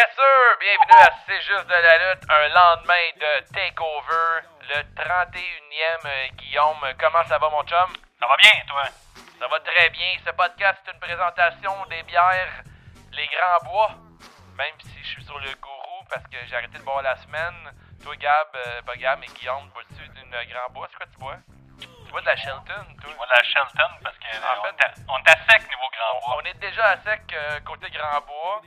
Yes sir! Bienvenue à C'est juste de la lutte, un lendemain de TakeOver, le 31e. Guillaume, comment ça va mon chum? Ça va bien, toi? Ça va très bien. Ce podcast est une présentation des bières Les Grands Bois. Même si je suis sur le gourou parce que j'ai arrêté de boire la semaine. Toi Gab, pas Gab, mais Guillaume, bois-tu d'une Grand Bois? C'est quoi tu bois? Tu bois de la Shelton, toi? Je bois de la Shelton parce que En fait, on est à sec niveau Grand Bois. On est déjà à sec côté Grand Bois.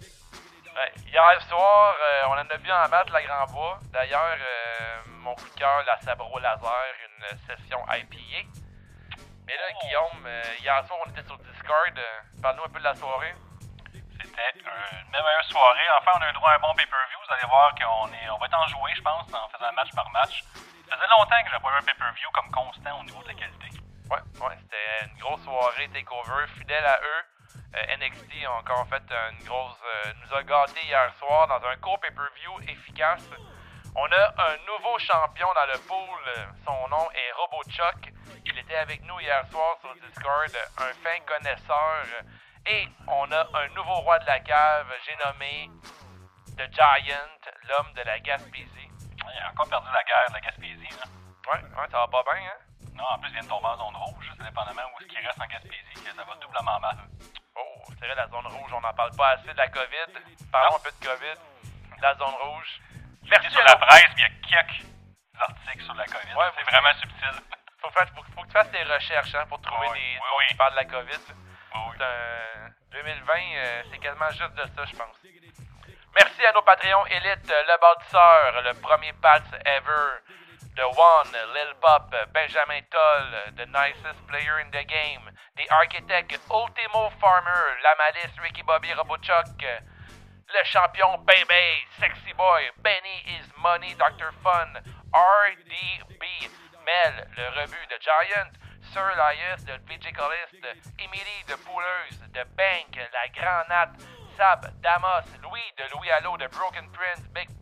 Hier soir, on en a vu en maths la Grand Bois. D'ailleurs, mon coup de cœur, la Sabro Laser, une session IPA. Mais là, Guillaume, hier soir, on était sur Discord. Parle-nous un peu de la soirée. C'était une merveilleuse soirée. Enfin, on a eu droit à un bon pay-per-view. Vous allez voir qu'on va être enjoué, je pense, en faisant match par match. Ça faisait longtemps que j'avais pas eu un pay-per-view comme constant au niveau de la qualité. Ouais, c'était une grosse soirée TakeOver, fidèle à eux. NXT a encore fait une grosse... nous a gâtés hier soir dans un court pay-per-view efficace. On a un nouveau champion dans le pool. Son nom est RoboChuck. Il était avec nous hier soir sur Discord, un fin connaisseur. Et on a un nouveau roi de la cave, j'ai nommé The Giant, l'homme de la Gaspésie. Il a encore perdu la guerre de la Gaspésie, là. Ouais, ça va pas bien, hein? Non, en plus, il vient de tomber en zone rouge, ça dépendamment où est-ce qu'il reste en Gaspésie, que ça va doublement mal. Oh, c'est vrai, la zone rouge, on n'en parle pas assez de la COVID. Parlons un peu de COVID. La zone rouge. Merci sur la presse, puis il y a quelques articles sur la COVID. Ouais, c'est vraiment subtil. Faut que tu fasses tes recherches pour trouver des gens qui parlent de la COVID. Oui. 2020, c'est quasiment juste de ça, je pense. Merci à nos Patreons élites, le bâtisseur, le premier Pats ever, The One, Lil Pop, Benjamin Toll, The Nicest Player in the Game, The Architect, Ultimo Farmer, La Malice, Ricky Bobby, RoboChuck, le champion Baby, Sexy Boy, Benny is Money, Dr. Fun, RDB, Mel, le rebut de Giant, Sir Elias, de Vigicalist, Emily de Pouleuse, de Bank, la Granate, Sab, Damas, Louis de Louis Allo, de Broken Prince, Big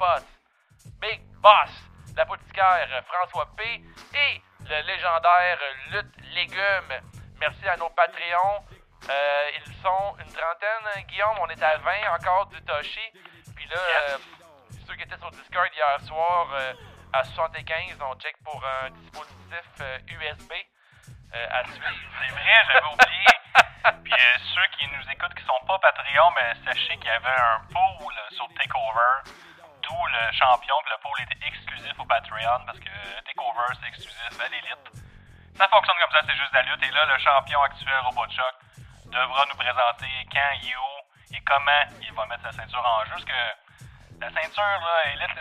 Boss, l'apothicaire François P. et le légendaire Lutte Légumes. Merci à nos Patreons. Ils sont une trentaine, Guillaume, on est à 20 encore du Toshi. Puis là, ceux qui étaient sur Discord hier soir, à 75, on check pour un dispositif USB à suivre. C'est vrai, j'avais oublié. Puis ceux qui nous écoutent qui sont pas Patreon, mais sachez qu'il y avait un pool sur TakeOver, d'où le champion, que le pool était exclusif au Patreon, parce que TakeOver c'est exclusif à l'élite. Ça fonctionne comme ça, c'est juste la lutte. Et là, le champion actuel, RoboChuck, devra nous présenter quand, il est où et comment il va mettre sa ceinture en jeu. Parce que la ceinture, là, élite,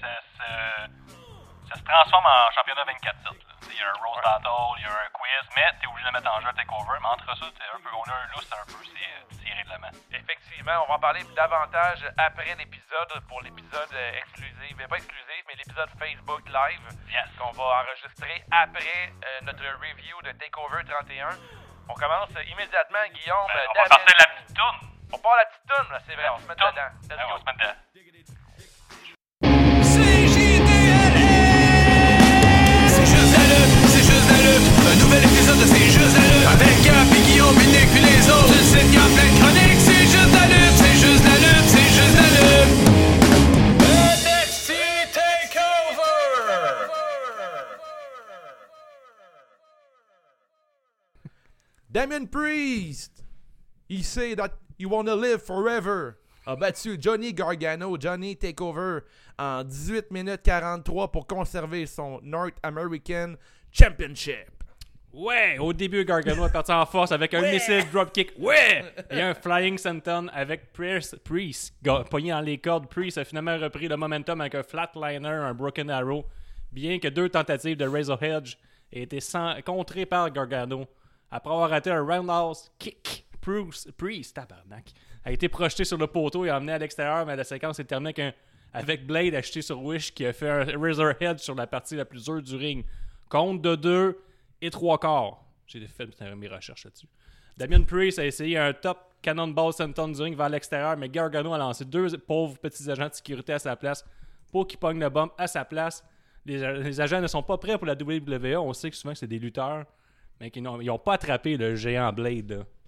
ça se transforme en championnat 24 titres. Il y a un Rose Battle, il y a un quiz, mais t'es obligé de le mettre en jeu à TakeOver. Mais entre ça, on a un lousse un peu, c'est tiré de la main. Effectivement, on va en parler davantage après l'épisode, pour l'épisode exclusif, mais pas exclusif, mais l'épisode Facebook Live, qu'on va enregistrer après notre review de TakeOver 31. On commence immédiatement, Guillaume. On va partir la petite toune. On part la petite toune, là, c'est vrai, on se met dedans. On se met dedans. Un nouvel épisode de C'est juste la lutte. Avec Gap et Guillaume, Nick puis les autres. Tu sais qu'il y a plein de chroniques. C'est juste la lutte, c'est juste la lutte, c'est juste la lutte. NXT TakeOver. Damien Priest, he said that he wanna live forever, a battu Johnny Gargano, Johnny TakeOver, en 18 minutes 43 pour conserver son North American Championship. Ouais, au début, Gargano est parti en force avec un missile dropkick. Ouais! Et un flying senton avec Priest. Pogné dans les cordes, Priest a finalement repris le momentum avec un flatliner, un broken arrow. Bien que 2 tentatives de Razor Edge aient été contrées par Gargano. Après avoir raté un roundhouse kick, Priest, tabarnak, a été projeté sur le poteau et emmené à l'extérieur, mais la séquence s'est terminée avec Blade acheté sur Wish qui a fait un Razor Edge sur la partie la plus dure du ring. Compte de 2 et 3/4. J'ai fait mes recherches là-dessus. Damien Priest a essayé un top Cannonball Senton du ring vers l'extérieur, mais Gargano a lancé 2 pauvres petits agents de sécurité à sa place pour qu'ils pognent le bump à sa place. Les agents ne sont pas prêts pour la WWE. On sait que souvent c'est des lutteurs, mais qu'ils n'ont pas attrapé le géant Blade. Là.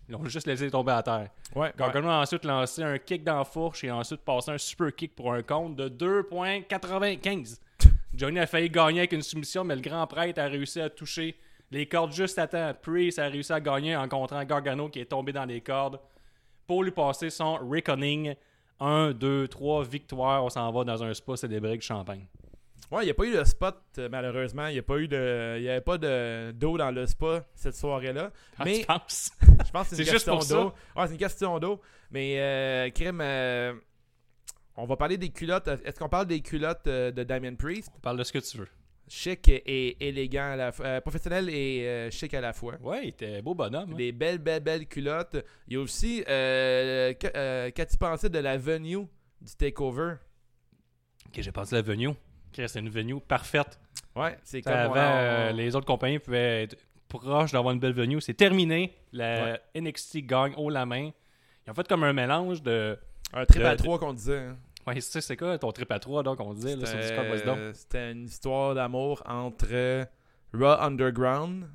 Ils l'ont juste laissé tomber à terre. Ouais, Gargano a ensuite lancé un kick dans la fourche et a ensuite passé un super kick pour un compte de 2,95. Johnny a failli gagner avec une soumission, mais le grand prêtre a réussi à toucher les cordes juste à temps. Priest a réussi à gagner en contrant Gargano qui est tombé dans les cordes pour lui passer son reckoning. 1, 2, 3, victoire. On s'en va dans un spa célébrer avec champagne. Ouais, il n'y a pas eu de spot, malheureusement. Il n'y avait pas d'eau dans le spa cette soirée-là. Ah, mais tu penses? je pense que c'est une C'est juste question pour d'eau. Ouais, c'est une question d'eau. Mais, Krim, on va parler des culottes. Est-ce qu'on parle des culottes de Damien Priest? Parle de ce que tu veux. Chic et élégant à la fois. Professionnel et chic à la fois. Ouais, il était beau bonhomme. Hein? Des belles culottes. Il y a aussi, qu'as-tu pensé de la venue du TakeOver? Ok, j'ai pensé à la venue. C'est une venue parfaite. Ouais, c'est comme... Avant, les autres compagnies pouvaient être proches d'avoir une belle venue. C'est terminé. La NXT gagne haut la main. Ils ont fait comme un mélange de... Un trip à 3 qu'on disait. Hein. Ouais, c'est quoi ton trip à 3 donc on disait là, sur Discord, vas-y donc. C'était une histoire d'amour entre Raw Underground,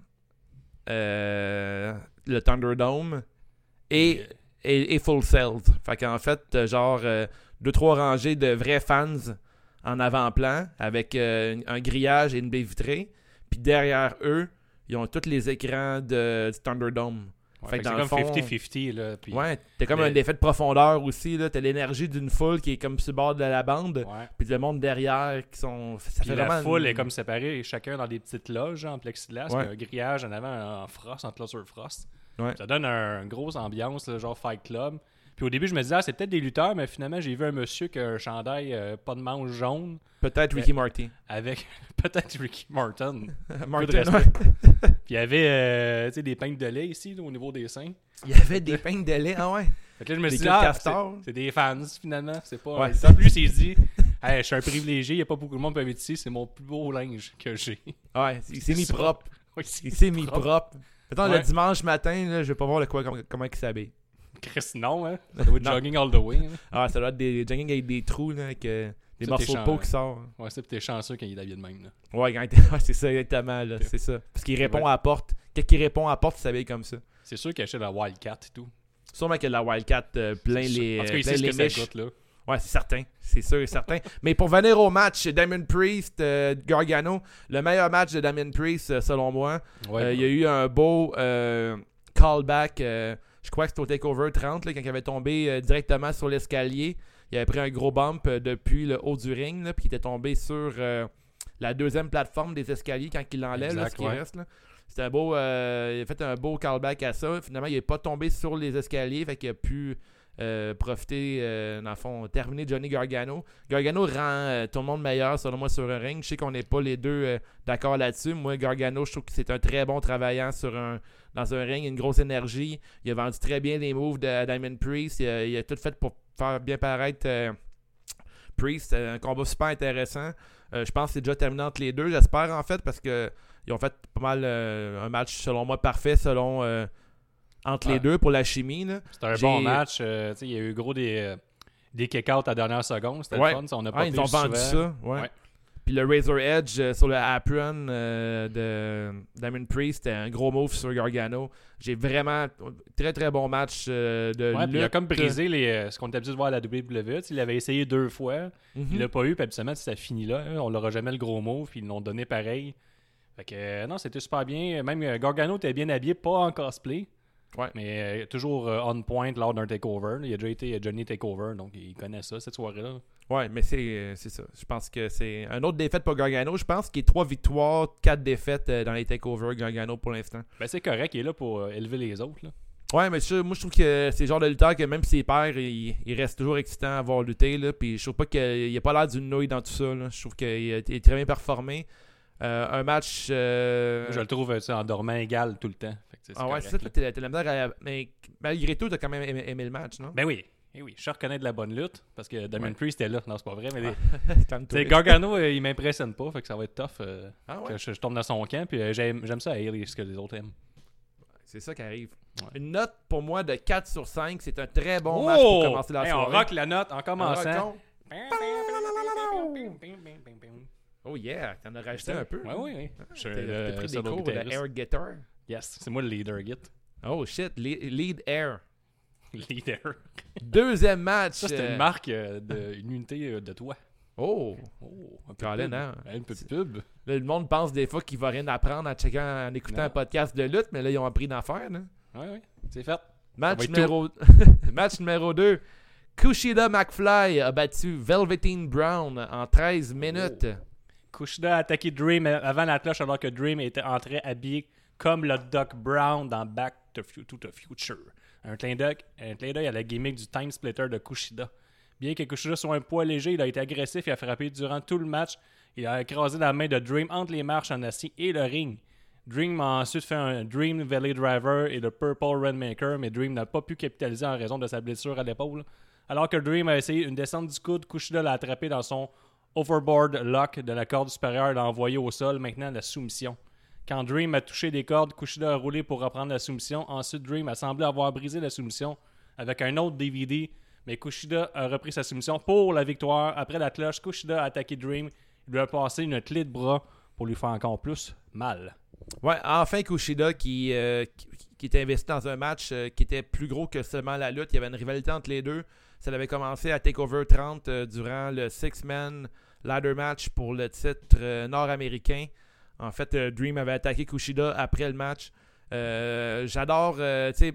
le Thunderdome et Full Sail. Fait qu'en fait, genre 2-3 rangées de vrais fans en avant-plan avec un grillage et une baie vitrée. Puis derrière eux, ils ont tous les écrans du Thunderdome. Ouais, fait que c'est dans comme le fond, 50-50 là. Puis ouais, t'as comme un effet de profondeur aussi. Là. T'as l'énergie d'une foule qui est comme sur le bord de la bande. ouais. Puis le monde derrière qui sont. Ça Puis fait la vraiment foule est comme séparée, chacun dans des petites loges en plexiglas, Ouais. puis un grillage en avant en frost, en clôture frost. Ouais. Ça donne une grosse ambiance, là, genre Fight Club. Puis au début, je me disais, c'est peut-être des lutteurs, mais finalement, j'ai vu un monsieur qui a un chandail pas de manche jaune, Peut-être Ricky Martin. avec peut-être Ricky Martin. Martin, respect. ouais. Puis il y avait tu sais, des peignes de lait ici, là, au niveau des seins. Il y avait des peignes de lait. Ah ouais. Fait que là, je me Des suis dit, queues de ah, castor. c'est des fans, finalement. C'est pas. Ouais. En plus, il s'est dit, hey, je suis un privilégié, il n'y a pas beaucoup de monde qui peut venir ici, c'est mon plus beau linge que j'ai. Ouais, il s'est mis ça. propre. Oui, Il s'est mis propre. Mettons, Ouais. le dimanche matin, là, je vais pas voir comment il s'habille. Chris, non, hein. Ça doit être Non. jogging all the way. Hein. Ah, ça doit être des jogging avec des trous, là, avec des Ça, morceaux t'es de peau chan- qui sortent. Ouais, c'est pis t'es chanceux quand il est habillé de même. Là. Ouais, ouais, c'est ça, exactement, là, c'est ça. Parce qu'il répond Ouais. à la porte. Quand il répond à la porte, il s'habille comme ça. C'est sûr qu'il achète la Wildcat et tout. Sûrement que la Wildcat plein les En tout cas, il plein sait ce les que ça miches. goûte, là. Ouais, c'est certain. C'est sûr et certain. Mais pour venir au match, Damien Priest, Gargano, le meilleur match de Damien Priest, selon moi. Ouais, Il y a eu un beau callback. Je crois que c'était au TakeOver 30, là, quand il avait tombé directement sur l'escalier. Il avait pris un gros bump depuis le haut du ring, là, puis il était tombé sur la deuxième plateforme des escaliers quand il l'enlève, là, Exact, ce qui ouais. reste. Là. C'était un beau. Il a fait un beau callback à ça. Finalement, il n'est pas tombé sur les escaliers, fait qu'il a pu profiter, dans le fond, terminer Johnny Gargano. Gargano rend tout le monde meilleur, selon moi, sur un ring. Je sais qu'on n'est pas les deux d'accord là-dessus. Moi, Gargano, je trouve que c'est un très bon travaillant dans un ring, une grosse énergie. Il a vendu très bien les moves de Damien Priest. Il a tout fait pour faire bien paraître Priest. Un combat super intéressant. Je pense que c'est déjà terminé entre les deux. J'espère, en fait, parce que ils ont fait pas mal un match, selon moi, parfait, entre les deux pour la chimie. Là. C'était un bon match. Tu sais, il y a eu gros des kick-outs à la dernière seconde. C'était Ouais. le fun. Ça, on a pas Ils ont vendu ça. Ouais. Ouais. Puis le Razor Edge sur le apron de Damien Priest, c'était un gros move sur Gargano. J'ai vraiment très très bon match de Ouais, puis il a lutte. comme brisé ce qu'on était habitué de voir à la WWE. Il avait essayé 2 fois. Mhm. Il l'a pas eu, puis habituellement, ça finit là. Hein. On l'aura jamais le gros move, puis ils l'ont donné pareil. Fait que non, c'était super bien. Même Gargano était bien habillé, pas en cosplay. Ouais. Mais toujours on point lors d'un takeover. Il a déjà été Johnny Takeover, donc il connaît ça, cette soirée-là. Ouais, mais c'est ça. Je pense que c'est un autre défaite pour Gargano. Je pense qu'il y a 3 victoires, 4 défaites dans les takeovers Gargano pour l'instant. Ben c'est correct, il est là pour élever les autres. Là. Ouais, mais moi je trouve que c'est le genre de lutteur que même s'il perd, il reste toujours excitant à avoir lutté. Là, puis je trouve pas qu'il a pas l'air d'une nouille dans tout ça. Là. Je trouve qu'il est très bien performé. Un match. Je le trouve en dormant égal tout le temps. Fait que, c'est Ah ouais, correct, c'est ça, là. t'as la misère mais malgré tout, t'as quand même aimé le match, non? Ben oui. Eh oui, je reconnais de la bonne lutte parce que Damien Priest était là. Non, c'est pas vrai, mais Calme-toi. tu sais, Gargano, il m'impressionne pas, fait que ça va être tough Ah ouais? que je tombe dans son camp. Puis j'aime ça haïr ce que les autres aiment. C'est ça qui arrive. Ouais. Une note pour moi de 4 sur 5. C'est un très bon match pour commencer la Hey, on soirée. rock la note en On commençant. rock. Oh yeah, t'en as rajouté un peu. Ouais, oui, oui. T'as pris des cours de air guitar. Yes, c'est moi le leader, Git. Oh shit, lead air. Leader. Deuxième match. Ça, c'était une marque une unité de toi. Oh, Un peu Colin, de pub. hein? Un peu de pub. Là, le monde pense des fois qu'il va rien apprendre en écoutant Non. un podcast de lutte, mais là, ils ont appris d'en faire. Là. Ouais, c'est fait. Match va être numéro... Match numéro 2. Kushida McFly a battu Velveteen Brown en 13 minutes. Kushida a attaqué Dream avant la cloche alors que Dream était entré habillé comme le Doc Brown dans Back to the Future. Un clin d'œil à la gimmick du Time Splitter de Kushida. Bien que Kushida soit un poids léger, il a été agressif et a frappé durant tout le match. Il a écrasé la main de Dream entre les marches en acier et le ring. Dream a ensuite fait un Dream Valley Driver et le Purple Rainmaker, mais Dream n'a pas pu capitaliser en raison de sa blessure à l'épaule. Alors que Dream a essayé une descente du coude, Kushida l'a attrapé dans son overboard lock de la corde supérieure et l'a envoyé au sol, maintenant la soumission. Quand Dream a touché des cordes, Kushida a roulé pour reprendre la soumission. Ensuite, Dream a semblé avoir brisé la soumission avec un autre DVD, mais Kushida a repris sa soumission pour la victoire. Après la cloche, Kushida a attaqué Dream. Il lui a passé une clé de bras pour lui faire encore plus mal. Ouais, enfin Kushida qui était investi dans un match qui était plus gros que seulement la lutte. Il y avait une rivalité entre les deux. Ça avait commencé à TakeOver 30 durant le 6-man ladder match pour le titre nord-américain. En fait, Dream avait attaqué Kushida après le match. J'adore, tu sais,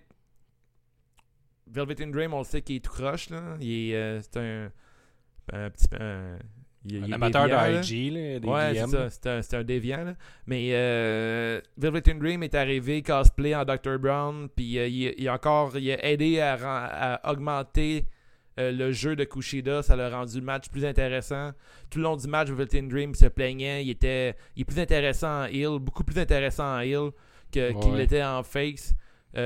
Velveteen Dream, on le sait qu'il est tout croche. Là. C'est un petit... il Un est amateur déviant, de là. IG, là, des Ouais, DM. c'est un déviant. Là. Mais Velveteen Dream est arrivé cosplay en Dr. Brown, puis il a aidé à augmenter le jeu de Kushida. Ça l'a rendu le match plus intéressant. Tout le long du match, Velveteen Dream se plaignait. Il est plus intéressant en heel, beaucoup plus intéressant en heel qu'il l'était en face.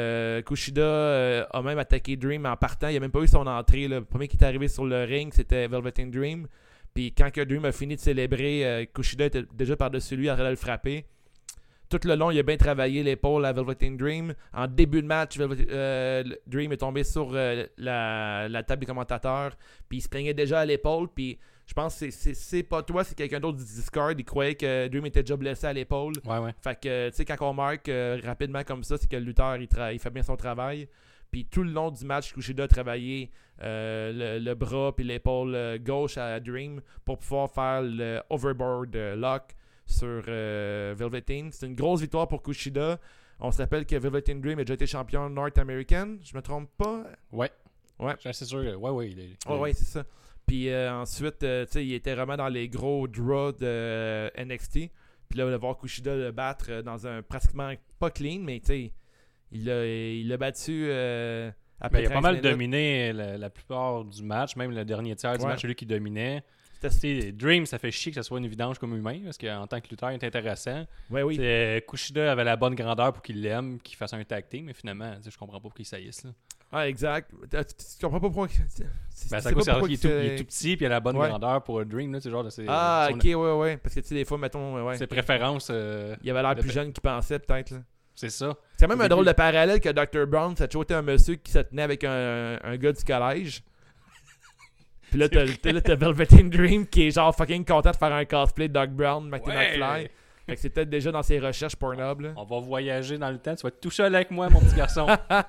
Kushida a même attaqué Dream en partant. Il n'a même pas eu son entrée. Le premier qui est arrivé sur le ring, c'était Velveteen Dream. Puis quand que Dream a fini de célébrer, Kushida était déjà par-dessus lui en train de le frapper. Tout le long, il a bien travaillé l'épaule à Velveteen Dream. En début de match, Dream est tombé sur la table des commentateurs. Puis il se plaignait déjà à l'épaule. Puis je pense que c'est pas toi, c'est quelqu'un d'autre du Discord. Il croyait que Dream était déjà blessé à l'épaule. Ouais. Fait que, tu sais, quand on marque rapidement comme ça, c'est que le lutteur, il fait bien son travail. Puis tout le long du match, Kushida a travaillé le bras puis l'épaule gauche à Dream pour pouvoir faire le overboard lock sur Velveteen. C'est une grosse victoire pour Kushida. On se rappelle que Velveteen Dream a déjà été champion North-American. Je me trompe pas? Ouais. Ouais. Je suis assez sûr. Ouais. Ouais, c'est ça. Puis ensuite, tu sais, il était vraiment dans les gros draws de NXT. Puis là, de voir Kushida le battre dans un pratiquement pas clean, mais tu sais, il l'a battu après Il a pas mal minutes. dominé la plupart du match, même le dernier tiers du Ouais. match, celui qui dominait. C'était... Dream, ça fait chier que ça soit une vidange comme humain, parce qu'en tant que lutteur, il est intéressant. Ouais, oui. Kushida avait la bonne grandeur pour qu'il l'aime, qu'il fasse un tag team, mais finalement, je comprends pas pourquoi il saillisse. Là. Ah, exact. Tu comprends pas pourquoi... Ben, c'est à cause qu'il est tout petit, puis il a la bonne Ouais. grandeur pour Dream. Là, genre, Ah, son- ok, ouais. Parce que tu sais, des fois, mettons... Ouais. Ses préférences. Il avait l'air plus jeune qu'il pensait, peut-être. Là. C'est ça. C'est quand même Au un drôle début. de parallèle que Dr. Brown, ça a toujours été un monsieur qui se tenait avec un gars du collège. Puis là, t'as Velveteen Dream qui est genre fucking content de faire un cosplay de Doc Brown, Marty McFly. Fait que c'est peut-être déjà dans ses recherches Pornhub. Là. On va voyager dans le temps. Tu vas être tout seul avec moi, mon petit garçon.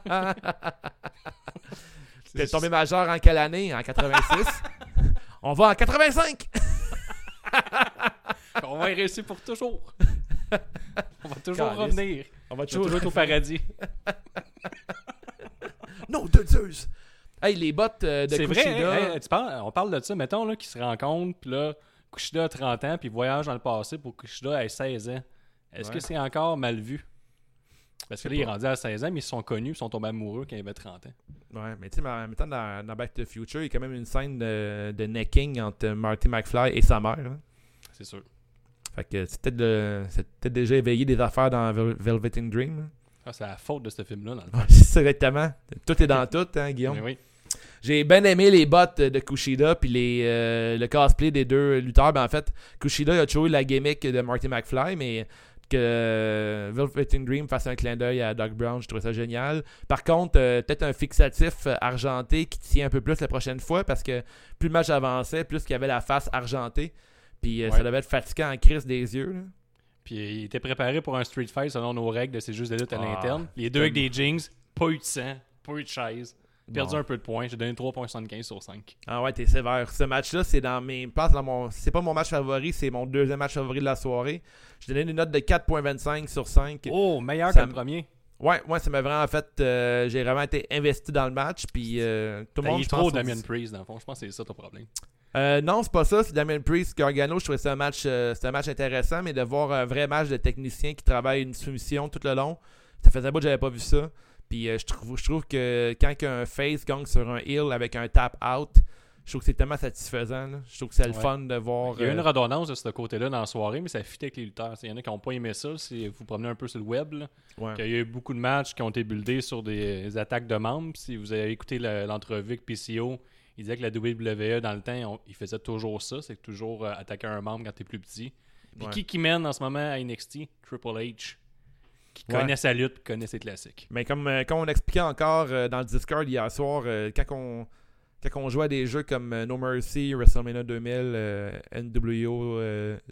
T'es tombé majeur en quelle année? En 86? On va en 85! On va y réussir pour toujours. On va toujours Calisse. revenir. On va Je vais toujours être au paradis. Non, de Zeus! Hey, les bottes de C'est Kushida... vrai, on parle de ça, mettons, là, qu'ils se rencontrent, puis là, Kushida a 30 ans, puis il voyage dans le passé pour que Kushida ait 16 ans. Est-ce que c'est encore mal vu? Parce que là, il est rendu à 16 ans, mais ils se sont connus, ils sont tombés amoureux quand il avait 30 ans. Ouais, mais tu sais, en même temps, dans Back to the Future, il y a quand même une scène de necking entre Marty McFly et sa mère. Hein. C'est sûr. Fait que c'est peut-être déjà éveillé des affaires dans Velveteen Dream. Hein. Ah, c'est la faute de ce film-là, dans le fond. Ouais, c'est ça, exactement. Tout est dans tout, hein, Guillaume. Mais oui. J'ai bien aimé les bottes de Kushida puis le cosplay des deux lutteurs. Ben, en fait, Kushida a toujours eu la gimmick de Marty McFly, mais que Velveteen Dream fasse un clin d'œil à Doc Brown, je trouvais ça génial. Par contre, peut-être un fixatif argenté qui tient un peu plus la prochaine fois parce que plus le match avançait, plus qu'il y avait la face argentée. Puis ça devait être fatigant en crise des yeux. Là. Puis il était préparé pour un street fight selon nos règles de C'est juste de lutte à l'interne. Les deux avec tellement. des jeans, pas eu de sang, pas eu de chaise. Perdu Non. un peu de points. J'ai donné 3.75 sur 5. Ah ouais, t'es sévère. Ce match-là, c'est dans mes places dans mon. C'est pas mon match favori, c'est mon deuxième match favori de la soirée. J'ai donné une note de 4.25 sur 5. Oh, meilleur Ça que le premier. Ouais, ça m'a vraiment fait. J'ai vraiment été investi dans le match. Puis tout le T'as monde. eu je trop pense, Damien Priest, dans le fond. Je pense que c'est ça ton problème. Non, c'est pas ça. C'est Damien Priest, Gargano. Je trouvais ça c'était un match intéressant, mais de voir un vrai match de technicien qui travaille une soumission tout le long, ça faisait un bout que j'avais pas vu ça. Puis je trouve que quand un face gagne sur un heel avec un tap out, je trouve que c'est tellement satisfaisant. Là. Je trouve que c'est le fun de voir. Il y a eu une redondance de ce côté-là dans la soirée, mais ça fit avec les lutteurs. Il y en a qui n'ont pas aimé ça. Si vous promenez un peu sur le web, là, Ouais. qu'il y a eu beaucoup de matchs qui ont été buildés sur des attaques de membres. Si vous avez écouté l'entrevue avec PCO, il disait que la WWE, dans le temps, il faisait toujours ça. C'est toujours attaquer un membre quand tu es plus petit. Puis Ouais. qui mène en ce moment à NXT? Triple H. Qui Ouais. connaît sa lutte, connaît ses classiques. Mais comme on expliquait encore dans le Discord hier soir, quand on jouait à des jeux comme No Mercy, WrestleMania 2000, NWO,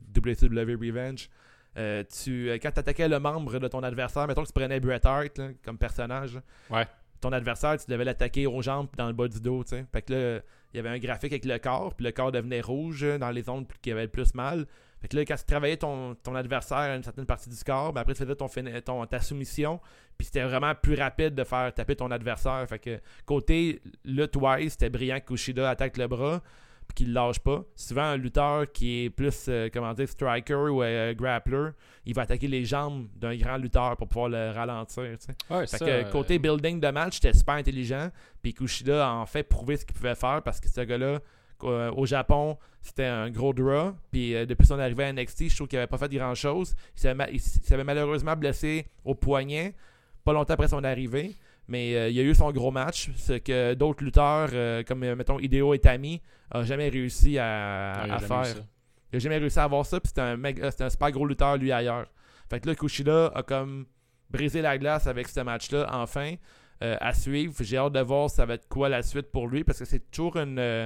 WCW Revenge, quand tu attaquais le membre de ton adversaire, mettons que tu prenais Bret Hart là, comme personnage, là, Ouais. ton adversaire, tu devais l'attaquer aux jambes et dans le bas du dos. T'sais. Fait que là, il y avait un graphique avec le corps, puis le corps devenait rouge dans les zones qui avaient le plus mal. Fait que là, quand tu travaillais ton adversaire à une certaine partie du corps, ben après tu faisais ta soumission, puis c'était vraiment plus rapide de faire taper ton adversaire. Fait que côté lutte-wise, c'était brillant que Kushida attaque le bras, puis qu'il ne lâche pas. Souvent, un lutteur qui est plus, striker ou grappler, il va attaquer les jambes d'un grand lutteur pour pouvoir le ralentir. T'sais. Ouais, Fait ça, que côté building de match, c'était super intelligent. Puis Kushida a en fait prouvé ce qu'il pouvait faire parce que ce gars-là, au Japon, c'était un gros draw. Puis depuis son arrivée à NXT, je trouve qu'il n'avait pas fait grand-chose. Il s'avait malheureusement blessé au poignet, pas longtemps après son arrivée. Mais il a eu son gros match, ce que d'autres lutteurs, comme mettons Hideo Itami, n'ont jamais réussi à il a jamais faire. eu ça. Il n'a jamais réussi à avoir ça, puis c'était un super gros lutteur, lui, ailleurs. Fait que là, Kushida a comme brisé la glace avec ce match-là, enfin, à suivre. J'ai hâte de voir ça va être quoi la suite pour lui, parce que c'est toujours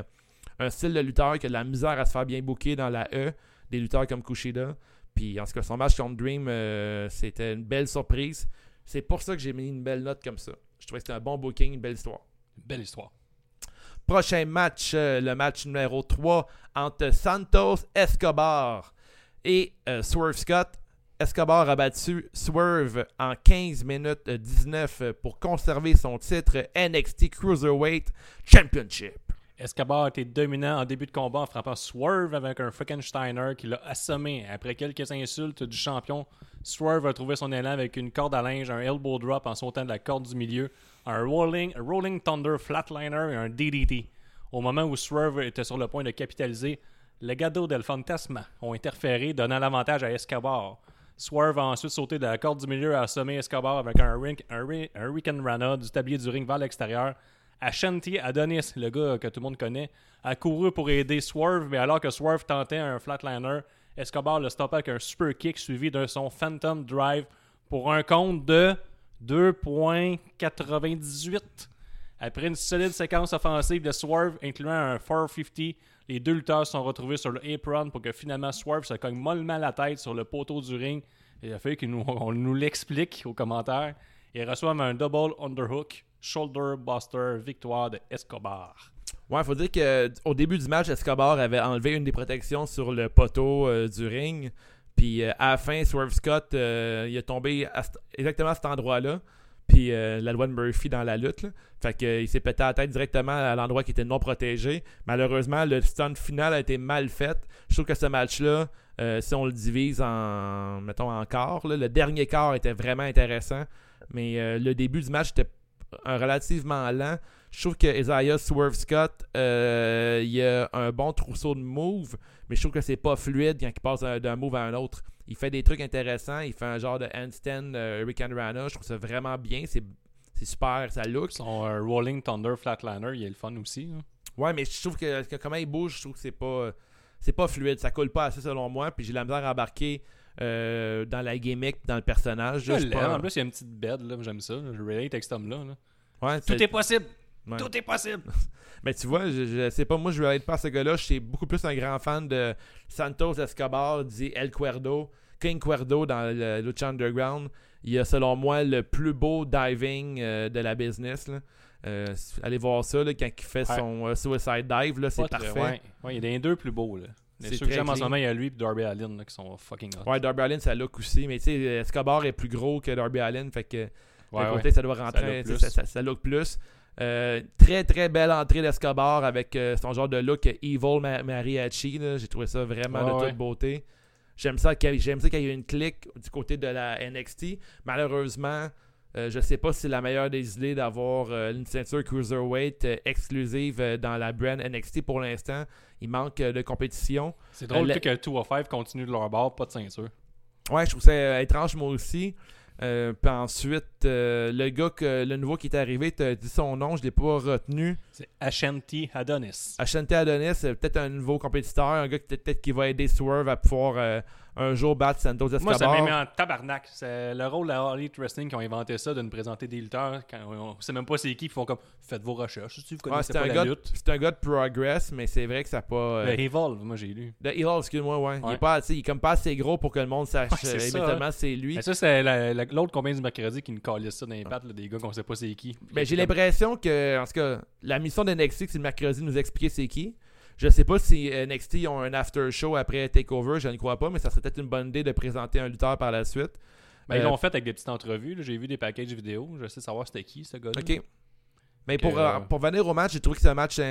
un style de lutteur qui a de la misère à se faire bien booker dans la E, des lutteurs comme Kushida. Puis en ce cas, son match contre Dream, c'était une belle surprise. C'est pour ça que j'ai mis une belle note comme ça. Je trouvais que c'était un bon booking, une belle histoire. Belle histoire. Prochain match, le match numéro 3 entre Santos Escobar et Swerve Scott. Escobar a battu Swerve en 15 minutes 19 pour conserver son titre NXT Cruiserweight Championship. Escobar a été dominant en début de combat en frappant Swerve avec un Frankensteiner qui l'a assommé. Après quelques insultes du champion, Swerve a trouvé son élan avec une corde à linge, un elbow drop en sautant de la corde du milieu, un rolling Thunder Flatliner et un DDT. Au moment où Swerve était sur le point de capitaliser, Legado del Fantasma ont interféré, donnant l'avantage à Escobar. Swerve a ensuite sauté de la corde du milieu et a assommé Escobar avec un Hurricane Rana du tablier du ring vers l'extérieur. Ashanti Adonis, le gars que tout le monde connaît, a couru pour aider Swerve, mais alors que Swerve tentait un flatliner, Escobar le stoppait avec un super kick suivi de son Phantom Drive pour un compte de 2.98. Après une solide séquence offensive de Swerve, incluant un 450, les deux lutteurs se sont retrouvés sur le apron pour que finalement Swerve se cogne mollement la tête sur le poteau du ring. Il a fallu qu'on nous l'explique aux commentaires. Ils reçoivent un double underhook, shoulder buster, victoire de Escobar. Ouais, faut dire qu'au début du match, Escobar avait enlevé une des protections sur le poteau du ring. Puis à la fin, Swerve Scott, il est tombé exactement à cet endroit-là. Puis la loi de Murphy dans la lutte. Là. Fait qu'il s'est pété la tête directement à l'endroit qui était non protégé. Malheureusement, le stunt final a été mal fait. Je trouve que ce match-là, si on le divise en quarts, le dernier quart était vraiment intéressant. Mais le début du match était relativement lent. Je trouve que Isaiah Swerve Scott, il a un bon trousseau de moves, mais je trouve que c'est pas fluide quand il passe d'un move à un autre. Il fait des trucs intéressants, il fait un genre de handstand Hurricane Rana, je trouve ça vraiment bien, c'est super, ça look. Son Rolling Thunder Flatliner, il est le fun aussi. Hein. Ouais, mais je trouve que comment il bouge, je trouve que c'est pas fluide, ça coule pas assez selon moi, puis j'ai la misère à embarquer dans la gimmick, dans le personnage. En plus, il y a une petite bed, là, j'aime ça. Je relate avec cet homme-là. Là. Ouais, Tout est possible! Ouais. Tout est possible! Mais tu vois, je sais pas, moi je vais être pas ce gars-là, je suis beaucoup plus un grand fan de Santos Escobar, dit El Cuerdo, King Cuerdo dans le Lucha Underground. Il a, selon moi, le plus beau diving de la business. Là. Allez voir ça là, quand il fait son Suicide Dive. Là, c'est parfait. Ouais, il y a des deux plus beaux. Là. C'est ceux que j'aime très en ce moment, il y a lui et Darby Allin là, qui sont fucking hot. Ouais, Darby Allin, ça look aussi. Mais tu sais, Escobar est plus gros que Darby Allin. Fait que d'un côté, ça doit rentrer. Ça look plus. Très très belle entrée d'Escobar avec son genre de look Evil Mariachi. Là. J'ai trouvé ça vraiment de toute beauté. J'aime ça qu'il y ait une clique du côté de la NXT. Malheureusement, je sais pas si c'est la meilleure des idées d'avoir une ceinture Cruiserweight exclusive dans la brand NXT pour l'instant. Il manque de compétition. C'est drôle que le 205 continue de leur bord, pas de ceinture. Ouais, je trouve ça étrange moi aussi. Puis ensuite, le nouveau qui est arrivé, tu as dit son nom, je l'ai pas retenu. C'est Ashanti Adonis. Ashanti Adonis, c'est peut-être un nouveau compétiteur, un gars peut-être qui va aider Swerve à pouvoir un jour battre Santos Escobar. Moi, ça m'a mis en tabarnak. C'est le rôle de la All Elite Wrestling qui ont inventé ça, de nous présenter des lutteurs quand on sait même pas c'est qui, ils font comme faites vos recherches. Si vous connaissez pas la lutte. C'est un gars de Progress, mais c'est vrai que ça n'a pas. Le Evolve, moi j'ai lu. Le Evolve, excuse-moi, ouais. Il est comme pas assez gros pour que le monde sache éventuellement c'est lui. Mais ça, c'est l'autre compagnie du mercredi qui nous calait ça dans les pattes, là, des gars qu'on sait pas c'est qui. Ben, j'ai l'impression que, en tout cas, la mission de NXT, c'est le mercredi nous expliquer c'est qui. Je sais pas si NXT ont un after show après TakeOver, je ne crois pas, mais ça serait peut-être une bonne idée de présenter un lutteur par la suite. Ben, ils l'ont fait avec des petites entrevues. Là. J'ai vu des packages vidéo. Je sais savoir c'était qui, ce gars-là. OK. Mais pour venir au match, j'ai trouvé que ce match,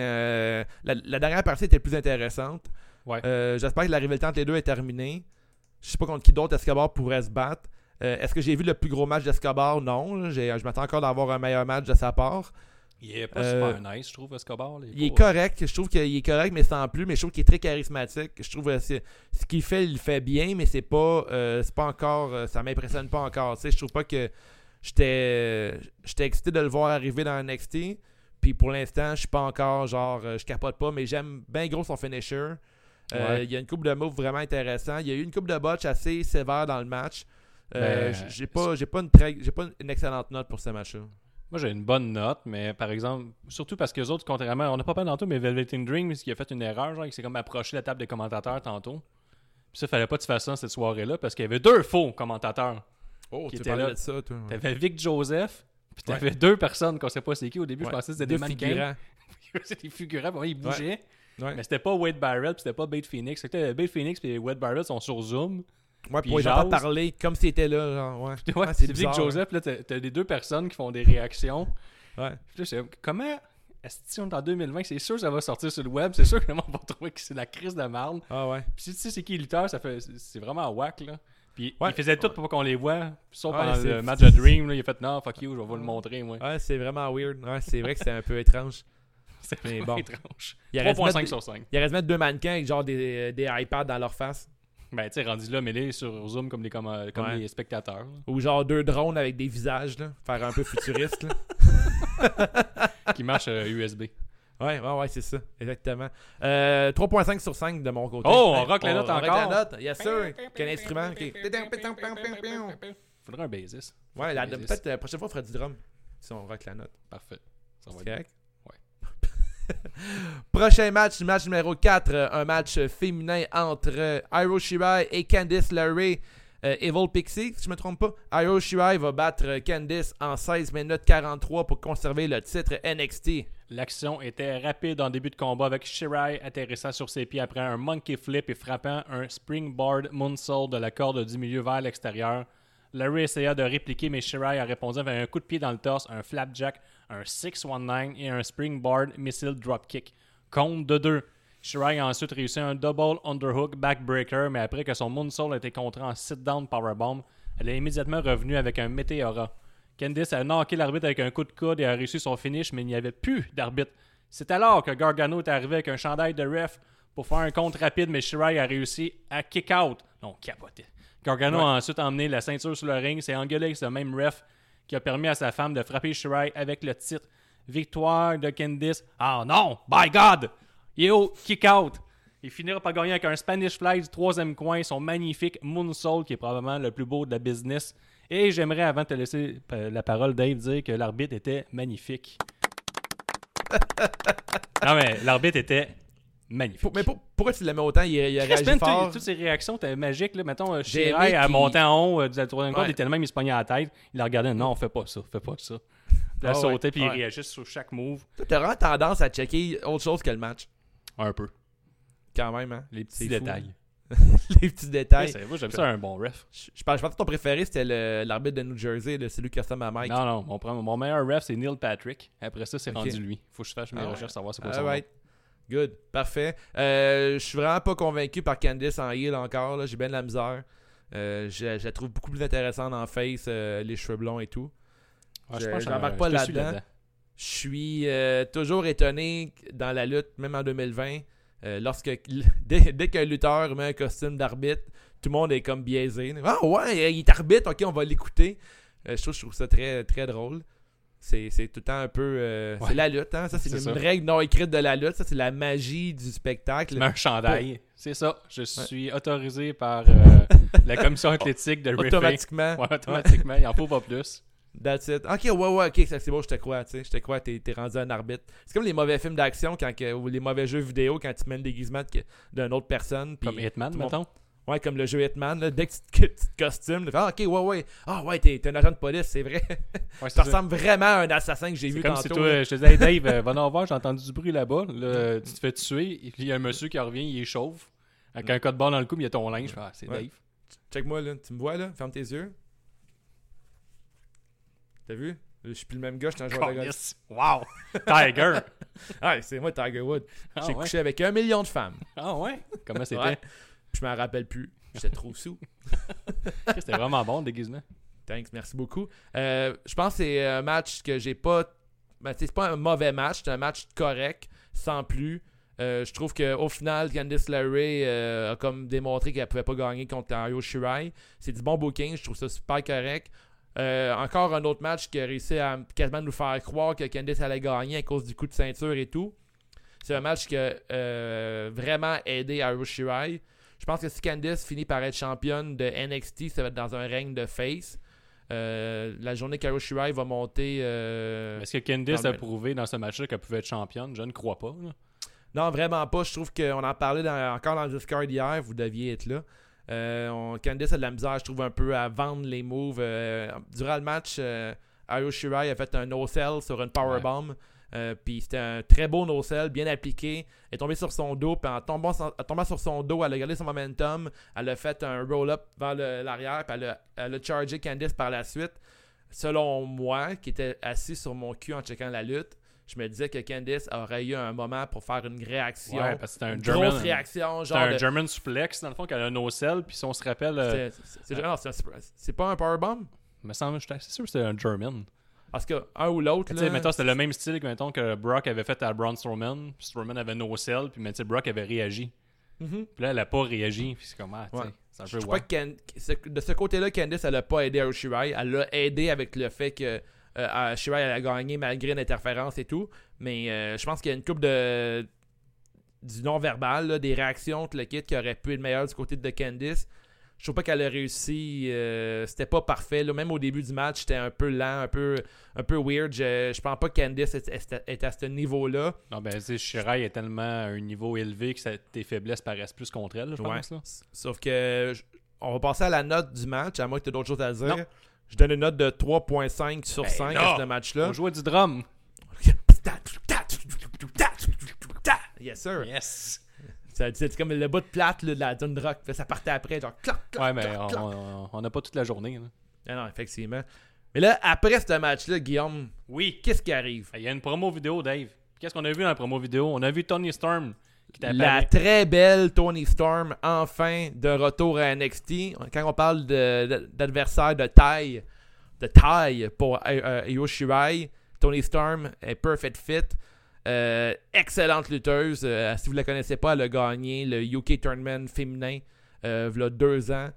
la dernière partie était plus intéressante. Ouais. J'espère que la rivalité entre les deux est terminée. Je sais pas contre qui d'autre Escobar pourrait se battre. Est-ce que j'ai vu le plus gros match d'Escobar? Non. Je m'attends encore d'avoir un meilleur match de sa part. Il est pas super nice, je trouve, Escobar. Il est correct. Je trouve qu'il est correct, mais sans plus. Mais je trouve qu'il est très charismatique. Je trouve que ce qu'il fait, il le fait bien, mais c'est pas encore. Ça m'impressionne pas encore. Tu sais, je trouve pas que j'étais excité de le voir arriver dans NXT. Puis pour l'instant, je suis pas encore je capote pas, mais j'aime bien gros son finisher. Il y a une couple de moves vraiment intéressants. Il y a eu une couple de botches assez sévères dans le match. J'ai pas une excellente note pour ce match-là. Moi, j'ai une bonne note, mais par exemple, surtout parce que les autres, contrairement, on n'a pas parlé tantôt, mais Velveteen Dream, qui a fait une erreur, il s'est comme approché la table des commentateurs tantôt. Puis ça, fallait pas que tu fasses ça cette soirée-là, parce qu'il y avait deux faux commentateurs. Oh, qui tu étaient parlais là. de ça, toi. T'avais Vic Joseph, puis t'avais deux personnes qu'on sait pas c'est qui. Au début, je pensais que c'était des mannequins. Figurants. C'était des figurants, puis ils bougeaient. Ouais. Mais c'était pas Wade Barrett, puis c'était pas Bate Phoenix. C'était Bate Phoenix et Wade Barrett sont sur Zoom. Ouais, pour les gens parler comme s'ils étaient là. Genre, ouais, c'est Vic Joseph, là, t'as les deux personnes qui font des réactions. Ouais. Puis là, comment est-ce qu'on est en 2020, c'est sûr que ça va sortir sur le web, c'est sûr que le monde va trouver que c'est la crise de merde. Ah ouais. Puis si tu sais c'est qui lutteur, c'est vraiment whack là. Puis il faisait tout pour pas qu'on les voit. Sauf pendant le match de Dream, là, il a fait non, fuck you, je vais vous le montrer moi. Ouais, c'est vraiment weird. Ouais, c'est vrai que c'est un peu étrange. C'est vraiment étrange. 3.5 sur 5. Il reste mettre deux mannequins avec genre des iPads dans leur face. Ben, tu sais, rendu là, mêlés sur Zoom comme les spectateurs. Là. Ou genre deux drones avec des visages, là. Faire un peu futuriste, là. Qui marche USB. Ouais, c'est ça. Exactement. 3.5 sur 5 de mon côté. Oh, on rock la note encore. On rock la note. Yes, sir. Quel instrument? Okay. Faudrait un bassiste. Ouais, peut-être la prochaine fois, on fera du drum. Si on rock la note. Parfait. Ça va être correct? Ouais. Prochain match numéro 4, un match féminin entre Io Shirai et Candice LeRae, Evil Pixie, si je me trompe pas. Io Shirai va battre Candice en 16 minutes 43 pour conserver le titre NXT. L'action était rapide en début de combat avec Shirai atterrissant sur ses pieds après un monkey flip et frappant un springboard moonsault de la corde du milieu vers l'extérieur. LeRae essaya de répliquer, mais Shirai a répondu avec un coup de pied dans le torse, un flapjack, un 619 et un springboard missile dropkick. Compte de 2. Shirai a ensuite réussi un double underhook backbreaker, mais après que son moonsault a été contré en sit-down powerbomb, elle est immédiatement revenue avec un Meteora. Candice a knocké l'arbitre avec un coup de coude et a réussi son finish, mais il n'y avait plus d'arbitre. C'est alors que Gargano est arrivé avec un chandail de ref pour faire un compte rapide, mais Shirai a réussi à kick-out. Non, capoté. Gargano a ensuite emmené la ceinture sur le ring, s'est engueulé avec ce même ref qui a permis à sa femme de frapper Shirai avec le titre. Victoire de Candice. Ah non! By God! Yo, kick-out! Il finira par gagner avec un Spanish Fly du troisième coin, son magnifique moonsault qui est probablement le plus beau de la business. Et j'aimerais, avant de te laisser la parole, Dave, dire que l'arbitre était magnifique. Non mais, l'arbitre était magnifique. Mais pourquoi tu l'aimais autant? Il a réagi Chris, fort. toutes ces réactions étaient magiques. Là. Mettons, J'ai Shirai, aimé à qu'il- monter en haut de la troisième corde, Ouais. il était le même, il se pognait à la tête. Il la regardait, non, fais pas ça. Puis Ah il ouais, sautait, puis il ouais. réagissait sur chaque move. Toi, t'as vraiment tendance à checker autre chose que le match. Un peu. Quand même, hein? Les petits C'est fou. détails. Les petits détails. Moi, j'aime ça, un bon ref. Je pensais que ton préféré, c'était l'arbitre de New Jersey, celui qui ressemble à Mike. Non, mon meilleur ref, c'est Neil Patrick. Après ça, c'est Ok. rendu lui. Faut que je fasse mes Ah ouais. recherches, savoir c'est quoi son Alright. Good. Parfait. Je suis vraiment pas convaincu par Candice en heel encore. Là. J'ai bien de la misère. Je la trouve beaucoup plus intéressante en face, les cheveux blonds et tout. nom. Ouais, je pense que n'embarque pas je te suis là-dedans. Je suis toujours étonné dans la lutte, même en 2020, dès qu'un lutteur met un costume d'arbitre, tout le monde est comme biaisé. Ah ouais, il est arbitre, ok, on va l'écouter. Je trouve ça très, très drôle. C'est tout le temps un peu... C'est la lutte, hein? Ça, c'est C'est une ça. règle non écrite de la lutte. Ça, c'est la magie du spectacle. Tu mets un chandail. C'est ça. Je suis autorisé par la commission athlétique de referee. Automatiquement. Ouais, automatiquement. Il en faut pas plus. That's it. Ok, ouais, ok, ça, c'est bon, je te crois, tu sais. Je te crois, t'es rendu un arbitre. C'est comme les mauvais films d'action ou les mauvais jeux vidéo quand tu mets le déguisement d'une autre personne. puis Comme Hitman, tout le monde- mettons. Ouais, comme le jeu Hitman, là, dès que tu te costumes, tu fais, ah, ok, ouais. Ah, ouais, t'es un agent de police, c'est vrai. Ouais, c'est Ça ça. ressemble vraiment à un assassin que j'ai C'est vu comme tantôt. si toi, je te disais, hey Dave, va en voir, j'ai entendu du bruit là-bas. Là, tu te fais tuer, et puis il y a un monsieur qui revient, il est chauve. Avec un code barre dans le cou, mais il y a ton linge. Je fais, ah, c'est Ouais. Dave. Check-moi, là. Tu me vois, là? Ferme tes yeux. T'as vu? Je suis plus le même gars, je suis un joueur de golf. Yes. Wow! Tiger! Ah, c'est moi, Tiger Woods. Ah, J'ai ouais. couché avec 1 million de femmes. Ah ouais? Comment c'était? Ouais. Puis je m'en rappelle plus. J'étais trop sous. C'était vraiment bon, le déguisement. Thanks, merci beaucoup. Je pense que c'est un match que j'ai pas. Ben, c'est pas un mauvais match, c'est un match correct, sans plus. Je trouve qu'au final, Candice LeRae a comme démontré qu'elle pouvait pas gagner contre Io Shirai. C'est du bon booking, je trouve ça super correct. Encore un autre match qui a réussi à quasiment nous faire croire que Candice allait gagner à cause du coup de ceinture et tout. C'est un match qui a vraiment aidé Io Shirai. Je pense que si Candice finit par être championne de NXT, ça va être dans un règne de face. La journée qu'Io Shirai va monter... Est-ce que Candice non, a mais- prouvé dans ce match-là qu'elle pouvait être championne? Je ne crois pas. Là. Non, vraiment pas. Je trouve qu'on en parlait encore dans le Discord hier. Vous deviez être là. Candice a de la misère, je trouve, un peu à vendre les moves. Durant le match, Io Shirai a fait un no-sell sur une powerbomb. Puis c'était un très beau no-sell, bien appliqué. Elle est tombée sur son dos, puis en tombant sur son dos, elle a gardé son momentum. Elle a fait un roll-up vers l'arrière, puis elle a chargé Candice par la suite. Selon moi, qui était assis sur mon cul en checkant la lutte, je me disais que Candice aurait eu un moment pour faire une réaction. Ouais, parce que c'était un Une German. grosse réaction, C'était genre un de- German suplex, dans le fond, qu'elle a un no-sell. Puis si on se rappelle, c'est pas un powerbomb? me semble, j'étais assez sûr que c'était un German. Parce que un ou l'autre, Tu sais, là, mettons, c'était le même style que, mettons, que Brock avait fait à Braun Strowman. Puis Strowman avait no-sell. Puis, mais tu sais, Brock avait réagi. Mhm. Puis là, elle a pas réagi. Puis c'est comme, ah, tu sais, Ouais. c'est un je peu crois que de ce côté-là, Candice, elle a pas aidé Io Shirai. Elle l'a aidé avec le fait que Shirai elle a gagné malgré une interférence et tout. Mais je pense qu'il y a une coupe du non-verbal, là, des réactions, tout le kit qui aurait pu être meilleur du côté de Candice. Je trouve pas qu'elle a réussi. C'était pas parfait. Là. Même au début du match, c'était un peu lent, un peu weird. Je pense pas que Candice est à ce niveau-là. Non, ben, tu sais, Shirai est tellement à un niveau élevé que tes faiblesses paraissent plus contre elle, je pense. Ouais. Là. Sauf que on va passer à la note du match, à moins que tu aies d'autres choses à dire. Non. Je donne une note de 3.5 sur 5 non! à ce match-là. On jouait du drum. Yes, sir. Yes! C'est comme le bout de plate là, de la zone de rock. Puis ça partait après, genre clac, clac, Ouais, mais clac, clac. on n'a pas toute la journée. Là. Ah non, effectivement. Mais là, après ce match-là, Guillaume, Oui! qu'est-ce qui arrive? Il y a une promo vidéo, Dave. Qu'est-ce qu'on a vu dans la promo vidéo? On a vu Tony Storm qui t'a La apparu. très belle Tony Storm, enfin, de retour à NXT. Quand on parle d'adversaire de taille pour Io Shirai, Tony Storm est perfect fit. Excellente lutteuse. Si vous ne la connaissez pas, elle a gagné le UK Tournament féminin il y a 2 ans.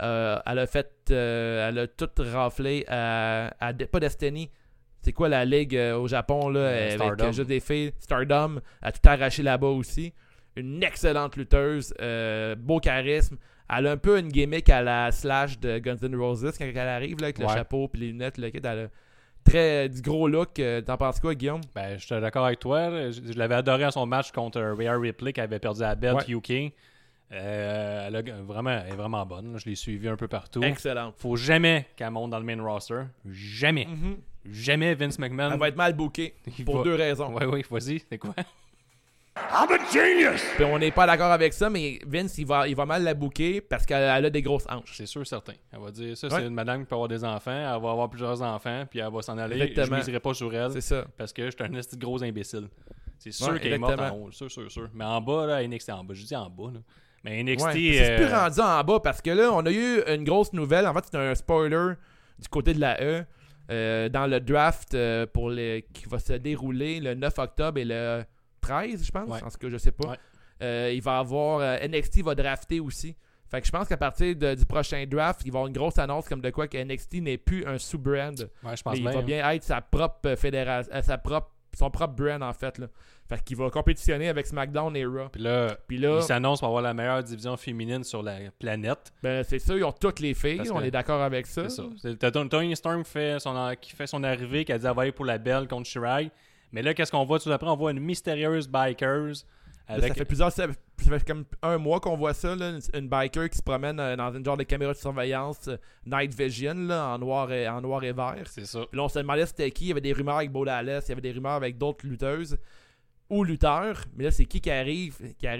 Elle a tout raflé pas Destiny. C'est quoi la ligue au Japon là, avec Stardom. juste des filles? Stardom. Elle a tout arraché là-bas aussi. Une excellente lutteuse. Beau charisme. Elle a un peu une gimmick à la Slash de Guns N' Roses quand elle arrive là, avec le Ouais. chapeau et les lunettes. Le kit, elle a du gros look. T'en penses quoi, Guillaume? Ben, je suis d'accord avec toi. Là. Je l'avais adoré à son match contre Rhea Ripley qui avait perdu la belt UK. Elle est vraiment bonne. Là. Je l'ai suivi un peu partout. Excellent. Faut jamais qu'elle monte dans le main roster. Jamais. Jamais Vince McMahon. Elle va être mal bookée pour 2 raisons. Oui, vas-y. C'est quoi? I'm a genius! Puis on n'est pas d'accord avec ça, mais Vince, il va mal la booker parce qu'elle a des grosses hanches. C'est sûr, certain. Elle va dire ça, c'est une madame qui peut avoir des enfants. Elle va avoir plusieurs enfants, puis elle va s'en aller. Exactement. Je ne miserai pas sur elle. C'est ça. Parce que je suis un esti de gros imbécile. C'est sûr qu'elle est morte en haut. Sûr. Mais en bas, là, NXT en bas. Je dis en bas, là. Mais NXT... c'est plus rendu en bas parce que là, on a eu une grosse nouvelle. En fait, c'est un spoiler du côté de la E. Dans le draft qui va se dérouler le 9 octobre et le 13, je pense. En ce que je sais pas. Il va avoir... NXT va drafter aussi. Fait que je pense qu'à partir du prochain draft, il va y avoir une grosse annonce comme de quoi que NXT n'est plus un sous-brand. Ouais, je pense mais il va bien être sa propre fédération, son propre brand en fait. Là. Fait qu'il va compétitionner avec SmackDown et Raw. Puis là, il s'annonce pour avoir la meilleure division féminine sur la planète. Ben c'est ça, ils ont toutes les filles, on est d'accord avec ça. C'est ça. T'as Toni Storm qui fait son arrivée, qui a dit elle va aller pour la belle contre Shirai. Mais là, qu'est-ce qu'on voit tout après? On voit une mystérieuse bikers. Là, ça fait comme un mois qu'on voit ça, là, une biker qui se promène dans une genre de caméra de surveillance Night Vision là, en noir et vert. C'est ça. Puis là, on se demandait c'était qui. Il y avait des rumeurs avec Bo Dallas, il y avait des rumeurs avec d'autres lutteuses ou lutteurs. Mais là, c'est qui arrive?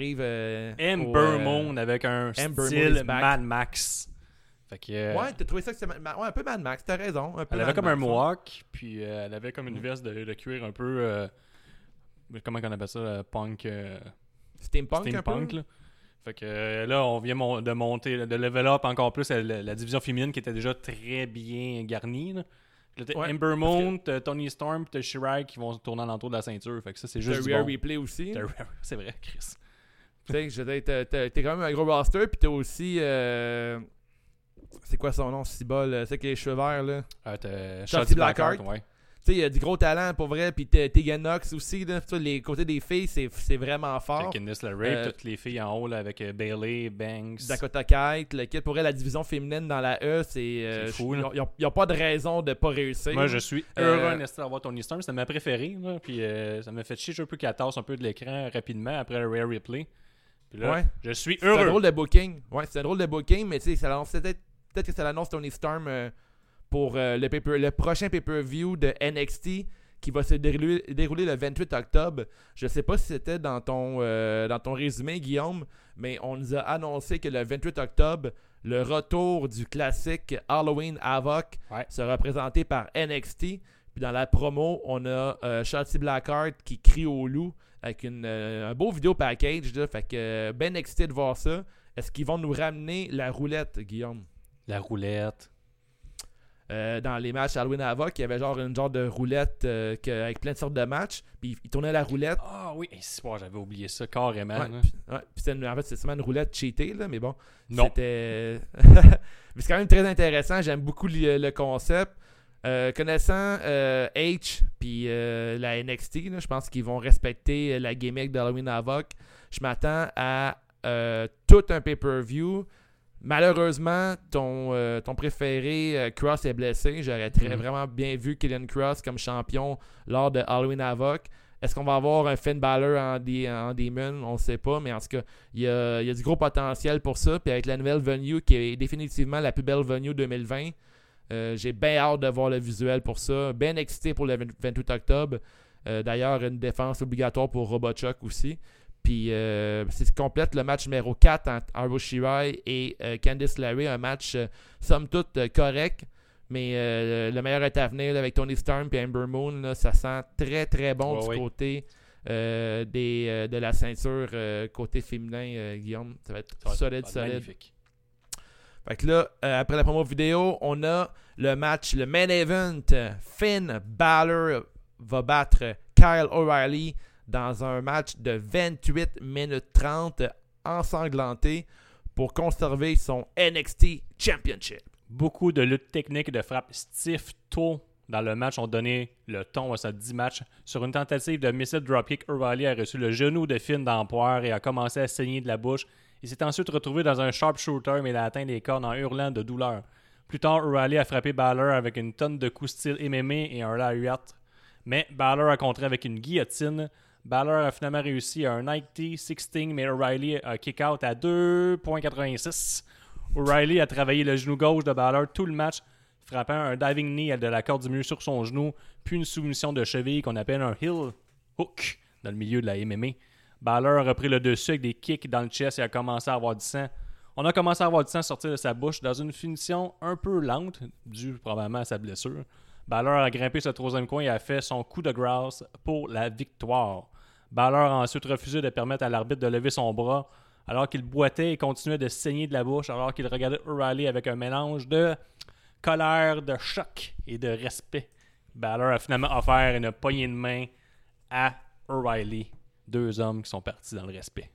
Ember Moon avec un style Mad Max. Fait que, ouais, t'as trouvé ça que c'est un peu Mad Max, t'as raison. Elle avait comme un mohawk, puis elle avait comme une veste de cuir un peu... comment on appelle ça? Punk... Steampunk un peu? Là. Fait que là, on vient de monter, de level up encore plus la division féminine qui était déjà très bien garnie. Là. Là, Ember Moon, Toni Storm et Shirai qui vont tourner alentour de la ceinture. Fait que ça, c'est juste du Rhea bon. Ripley aussi. C'est vrai, Chris. Tu sais, t'es quand même un gros roster, puis t'as aussi... c'est quoi son nom, Cibol? C'est qui a les cheveux verts, là? T'as Shotzi Blackheart. Ouais. Tu sais, il y a du gros talent pour vrai. Puis Tegan Nox aussi. Là, les côtés des filles, c'est vraiment fort. Candice LeRae, toutes les filles en haut là, avec Bayley, Banks. Dakota Kai. Le kit pour elle, la division féminine dans la E, c'est fou. Il n'y a pas de raison de pas réussir. Moi, je suis heureux d'avoir Toni Storm. C'était ma préférée. Là, puis ça m'a fait chier un peu qu'elle tasse un peu de l'écran rapidement après le Rhea Ripley. Puis là, je suis heureux. C'est un drôle de booking. Ouais, c'est un drôle de booking, mais tu sais, ça lance peut-être que ça l'annonce Toni Storm pour le prochain pay-per-view de NXT qui va se dérouler le 28 octobre. Je sais pas si c'était dans ton résumé, Guillaume, mais on nous a annoncé que le 28 octobre, le retour du classique Halloween Havoc sera présenté par NXT. Puis dans la promo, on a Shotzi Blackheart qui crie au loup avec un beau vidéo package. Là, fait que ben excité de voir ça. Est-ce qu'ils vont nous ramener la roulette, Guillaume? La roulette. Dans les matchs Halloween Havoc, il y avait une genre de roulette avec plein de sortes de matchs. Puis ils tournaient la roulette. Ah oui, j'avais oublié ça carrément. En fait, c'est seulement une roulette cheatée, là, mais bon. Non. C'était. Mais c'est quand même très intéressant. J'aime beaucoup le concept. Connaissant H puis la NXT, là, je pense qu'ils vont respecter la gimmick d'Halloween Havoc. Je m'attends à tout un pay-per-view. Malheureusement, ton préféré, Cross, est blessé. J'aurais vraiment bien vu Killian Cross comme champion lors de Halloween Havoc. Est-ce qu'on va avoir un Finn Balor en Demon? On ne sait pas, mais en tout cas, il y a du gros potentiel pour ça. Puis avec la nouvelle venue, qui est définitivement la plus belle venue 2020, j'ai bien hâte de voir le visuel pour ça. Bien excité pour le 28 octobre. D'ailleurs, une défense obligatoire pour Robochuck aussi. Puis c'est complète le match numéro 4 entre Io Shirai et Candice LeRae. Un match, somme toute, correct. Mais le meilleur est à venir là, avec Toni Storm et Ember Moon. Là, ça sent très très bon du côté de la ceinture côté féminin, Guillaume. Ça va être solide. Magnifique. Fait que là, après la promo vidéo, on a le match, le main event. Finn Balor va battre Kyle O'Reilly dans un match de 28 minutes 30 ensanglanté pour conserver son NXT Championship. Beaucoup de luttes techniques et de frappes stiff tôt dans le match ont donné le ton à ce 10 matchs. Sur une tentative de missile dropkick, O'Reilly a reçu le genou de Finn dans le poire et a commencé à saigner de la bouche. Il s'est ensuite retrouvé dans un sharpshooter, mais il a atteint les cornes en hurlant de douleur. Plus tard, O'Reilly a frappé Balor avec une tonne de coups style MMA et un lariat. Mais Balor a contré avec une guillotine. Balor a finalement réussi un Nike 16, mais O'Reilly a kick-out à 2.86. O'Reilly a travaillé le genou gauche de Balor tout le match, frappant un diving knee de la corde du mur sur son genou, puis une soumission de cheville qu'on appelle un heel hook dans le milieu de la MMA. Balor a repris le dessus avec des kicks dans le chest et a commencé à avoir du sang. On a commencé à avoir du sang sortir de sa bouche dans une finition un peu lente, due probablement à sa blessure. Balor a grimpé ce troisième coin et a fait son coup de grâce pour la victoire. Balor a ensuite refusé de permettre à l'arbitre de lever son bras alors qu'il boitait et continuait de saigner de la bouche alors qu'il regardait O'Reilly avec un mélange de colère, de choc et de respect. Balor a finalement offert une poignée de main à O'Reilly. 2 hommes qui sont partis dans le respect.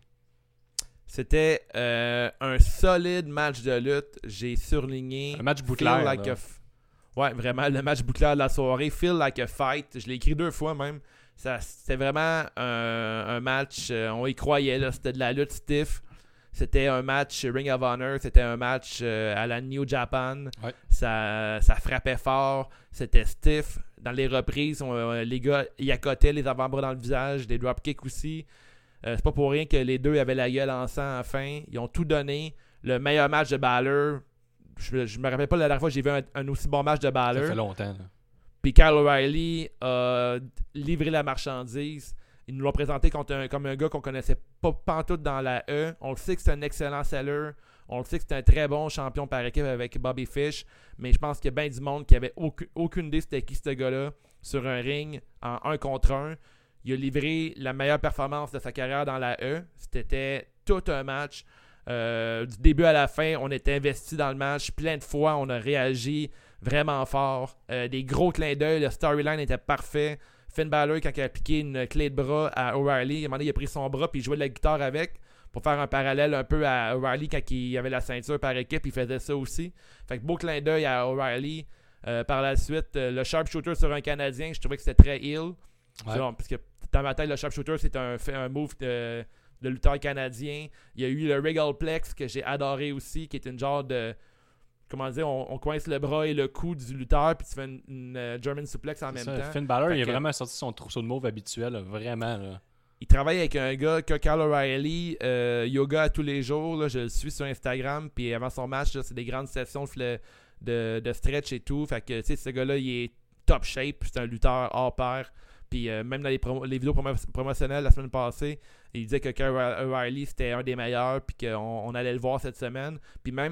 C'était un solide match de lutte. J'ai surligné. Un match bouclaire. Ouais, vraiment, le match bouclaire de la soirée. Feel like a fight. Je l'ai écrit 2 fois même. C'était vraiment un match. On y croyait, là. C'était de la lutte stiff. C'était un match Ring of Honor. C'était un match à la New Japan. Ouais. Ça frappait fort. C'était stiff. Dans les reprises, les gars y accotaient les avant-bras dans le visage. Des dropkicks aussi. C'est pas pour rien que les deux avaient la gueule en sang à la fin. Ils ont tout donné. Le meilleur match de Balor. Je me rappelle pas la dernière fois que j'ai vu un aussi bon match de Balor. Ça fait longtemps. Là. Puis Kyle O'Reilly a livré la marchandise. Ils nous l'ont présenté comme un gars qu'on connaissait pas pantoute dans la E. On le sait que c'est un excellent seller. On le sait que c'est un très bon champion par équipe avec Bobby Fish. Mais je pense qu'il y a bien du monde qui avait aucune idée c'était qui ce gars-là sur un ring en 1 contre 1. Il a livré la meilleure performance de sa carrière dans la E. C'était tout un match. Du début à la fin, on était investi dans le match. Plein de fois, on a réagi vraiment fort. Des gros clins d'œil. Le storyline était parfait. Finn Balor, quand il a appliqué une clé de bras à O'Reilly, à un moment donné, il a pris son bras et il jouait de la guitare avec. Pour faire un parallèle un peu à O'Reilly quand il avait la ceinture par équipe, il faisait ça aussi. Fait que beau clin d'œil à O'Reilly. Par la suite, le sharpshooter sur un Canadien, je trouvais que c'était très heel. Ouais. Parce que dans ma tête, le sharpshooter, c'est un move de lutteur canadien. Il y a eu le Regalplex que j'ai adoré aussi, qui est une genre de... Comment dire, on coince le bras et le cou du lutteur, puis tu fais une German suplex en même temps. Finn Balor, il a que, vraiment sorti son trousseau de mauve habituel, là, vraiment. Là. Il travaille avec un gars, Kyle O'Reilly, yoga à tous les jours. Là, je le suis sur Instagram, puis avant son match, là, c'est des grandes sessions de stretch et tout. Fait que, tu sais, ce gars-là, il est top shape, c'est un lutteur hors pair. Puis même dans les vidéos promotionnelles la semaine passée, il disait que Kyle O'Reilly c'était un des meilleurs puis qu'on allait le voir cette semaine. Puis même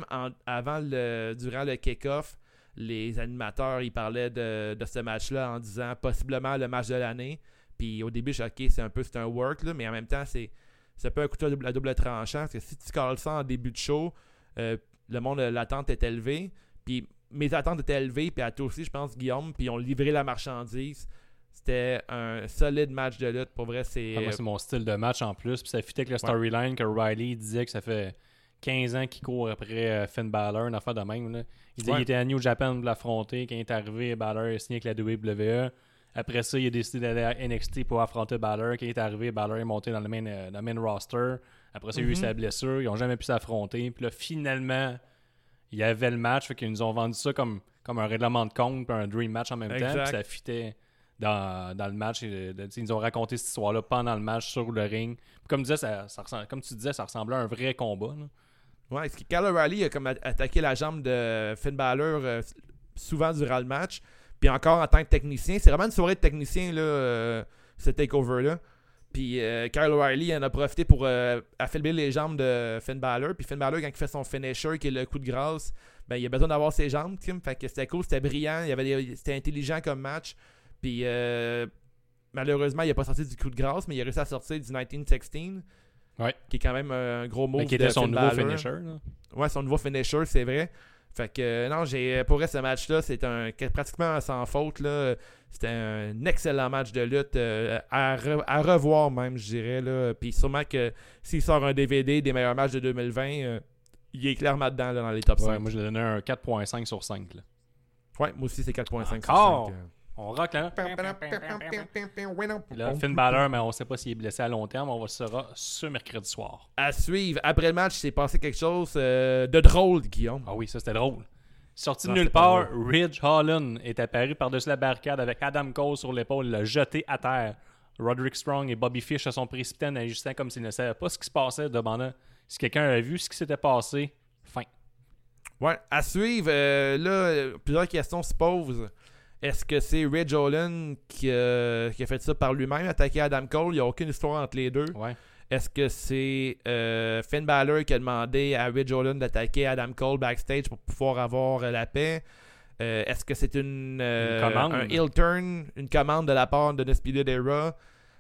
durant le kick-off, les animateurs ils parlaient de ce match-là en disant possiblement le match de l'année. Puis au début, je suis OK, c'est un work, là, mais en même temps, c'est un peu un couteau à double tranchant. Parce que si tu cales ça en début de show, le monde, l'attente est élevée. Puis mes attentes étaient élevées, puis à toi aussi, je pense, Guillaume, puis ils ont livré la marchandise. C'était un solide match de lutte. Pour vrai, moi, c'est mon style de match en plus. Puis ça fitait avec le storyline que O'Reilly disait que ça fait 15 ans qu'il court après Finn Balor, une affaire de même. Là. Il disait qu'il était à New Japan pour l'affronter. Quand il est arrivé, Balor a signé avec la WWE. Après ça, il a décidé d'aller à NXT pour affronter Balor. Quand il est arrivé, Balor est monté dans le main roster. Après ça, il a eu sa blessure. Ils n'ont jamais pu s'affronter. Puis là, finalement, il y avait le match. Fait qu'ils nous ont vendu ça comme un règlement de compte puis un dream match en même temps. Puis ça fitait dans le match. Ils nous ont raconté cette histoire-là pendant le match sur le ring. Puis comme tu disais, ça ressemblait à un vrai combat. Là. Ouais, est-ce que Kyle O'Reilly a comme attaqué la jambe de Finn Balor souvent durant le match. Puis encore en tant que technicien, c'est vraiment une soirée de technicien, là, ce takeover-là. Puis Kyle O'Reilly en a profité pour affaiblir les jambes de Finn Balor. Puis Finn Balor, quand il fait son finisher, qui est le coup de grâce, ben, il a besoin d'avoir ses jambes. Fait que c'était cool, c'était brillant, c'était intelligent comme match. Puis malheureusement, il n'a pas sorti du coup de grâce, mais il a réussi à sortir du 1916. Ouais. Qui est quand même un gros move. Qui était son nouveau Balor. finisher. Là. Ouais, son nouveau finisher, c'est vrai. Fait que non, pour vrai, ce match-là, c'est pratiquement sans faute. Là. C'était un excellent match de lutte à revoir même, je dirais. Là. Puis sûrement que s'il sort un DVD des meilleurs matchs de 2020, il est clairement dedans là, dans les top 5. Moi, je lui ai donné un 4.5 sur 5. Là. Ouais, moi aussi, c'est 4.5 sur 5. On rock là. Là, Finn Balor, mais on ne sait pas s'il est blessé à long terme. On va le saura ce mercredi soir. À suivre. Après le match, il s'est passé quelque chose de drôle, Guillaume. Ah oui, ça c'était drôle. Sorti de Non, nulle c'est pas part, Ridge Holland est apparu par-dessus la barricade avec Adam Cole sur l'épaule, l'a jeté à terre. Roderick Strong et Bobby Fish se sont précipités en agissant comme s'ils ne savaient pas ce qui se passait, demandant si quelqu'un avait vu ce qui s'était passé. Fin. Ouais, à suivre, plusieurs questions se posent. Est-ce que c'est Ridge Holland qui a fait ça par lui-même, attaquer Adam Cole? Il n'y a aucune histoire entre les deux. Ouais. Est-ce que c'est Finn Balor qui a demandé à Ridge Holland d'attaquer Adam Cole backstage pour pouvoir avoir la paix? Est-ce que c'est une commande? un heel turn, une commande de la part de Undisputed Era?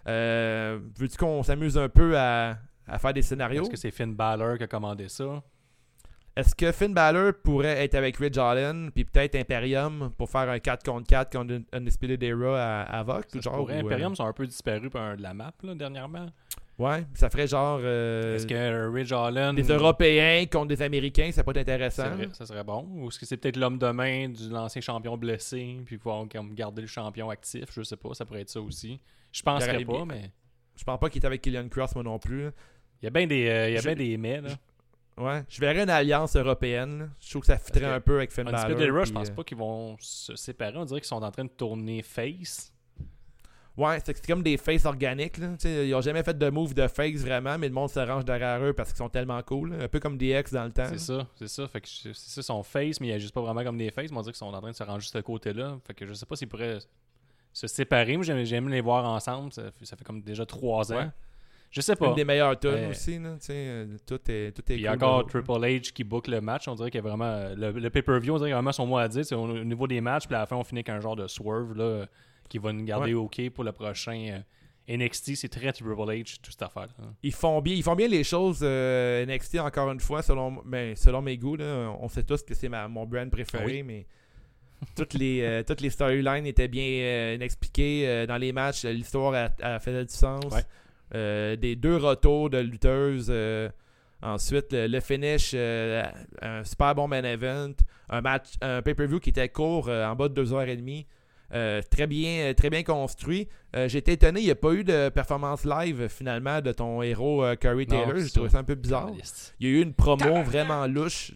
Veux-tu qu'on s'amuse un peu à faire des scénarios? Est-ce que c'est Finn Balor qui a commandé ça? Est-ce que Finn Balor pourrait être avec Ridge Holland puis peut-être Imperium pour faire un 4 contre 4 contre Undisputed Era à Vox? Ça se pourrait. Imperium sont un peu disparus de la map là, dernièrement. Ouais, ça ferait genre Est-ce que Ridge Holland... des Européens contre des Américains, ça peut être intéressant. Ça serait bon. Ou est-ce que c'est peut-être l'homme de main de l'ancien champion blessé puis pouvoir comme garder le champion actif? Je sais pas, ça pourrait être ça aussi. Je penserais pas, mais... Je pense pas qu'il est avec Killian Cross, moi non plus. Il y a bien des mais, là. Ouais, je verrais une alliance européenne. Là. Je trouve que ça fitterait un peu avec Finn Balor. Undisputed Era, je pense pas qu'ils vont se séparer. On dirait qu'ils sont en train de tourner face. Ouais, c'est comme des faces organiques. Là. Ils ont jamais fait de move de face vraiment, mais le monde se range derrière eux parce qu'ils sont tellement cool. Là. Un peu comme DX dans le temps. C'est ça. Fait que c'est ça, son face, mais il agissent pas vraiment comme des faces. Mais on dirait qu'ils sont en train de se ranger de ce côté-là. Fait que je sais pas s'ils pourraient se séparer. Moi, j'aime les voir ensemble. Ça fait comme déjà 3 ans. Ouais. Je sais pas. Une des meilleures tunes aussi. Là, tout est Puis il y a cool. encore Triple H qui book le match. On dirait qu'il y a vraiment... Le pay-per-view, on dirait qu'il y a vraiment son mot à dire. C'est au niveau des matchs. Puis à la fin, on finit avec un genre de swerve là, qui va nous garder OK pour le prochain NXT. C'est très Triple H, toute cette affaire. Ils font bien les choses. NXT, encore une fois, selon mes goûts. Là, on sait tous que c'est mon brand préféré, mais toutes les storylines étaient bien expliquées. Dans les matchs, l'histoire a fait du sens. Ouais. Des 2 retours de lutteuses. Ensuite, le finish, un super bon main event. Un pay-per-view qui était court, en bas de 2h30. Très bien construit. J'ai été étonné, il n'y a pas eu de performance live finalement de ton héros Corey Taylor. J'ai trouvé ça un peu bizarre. Il y a eu une promo vraiment louche.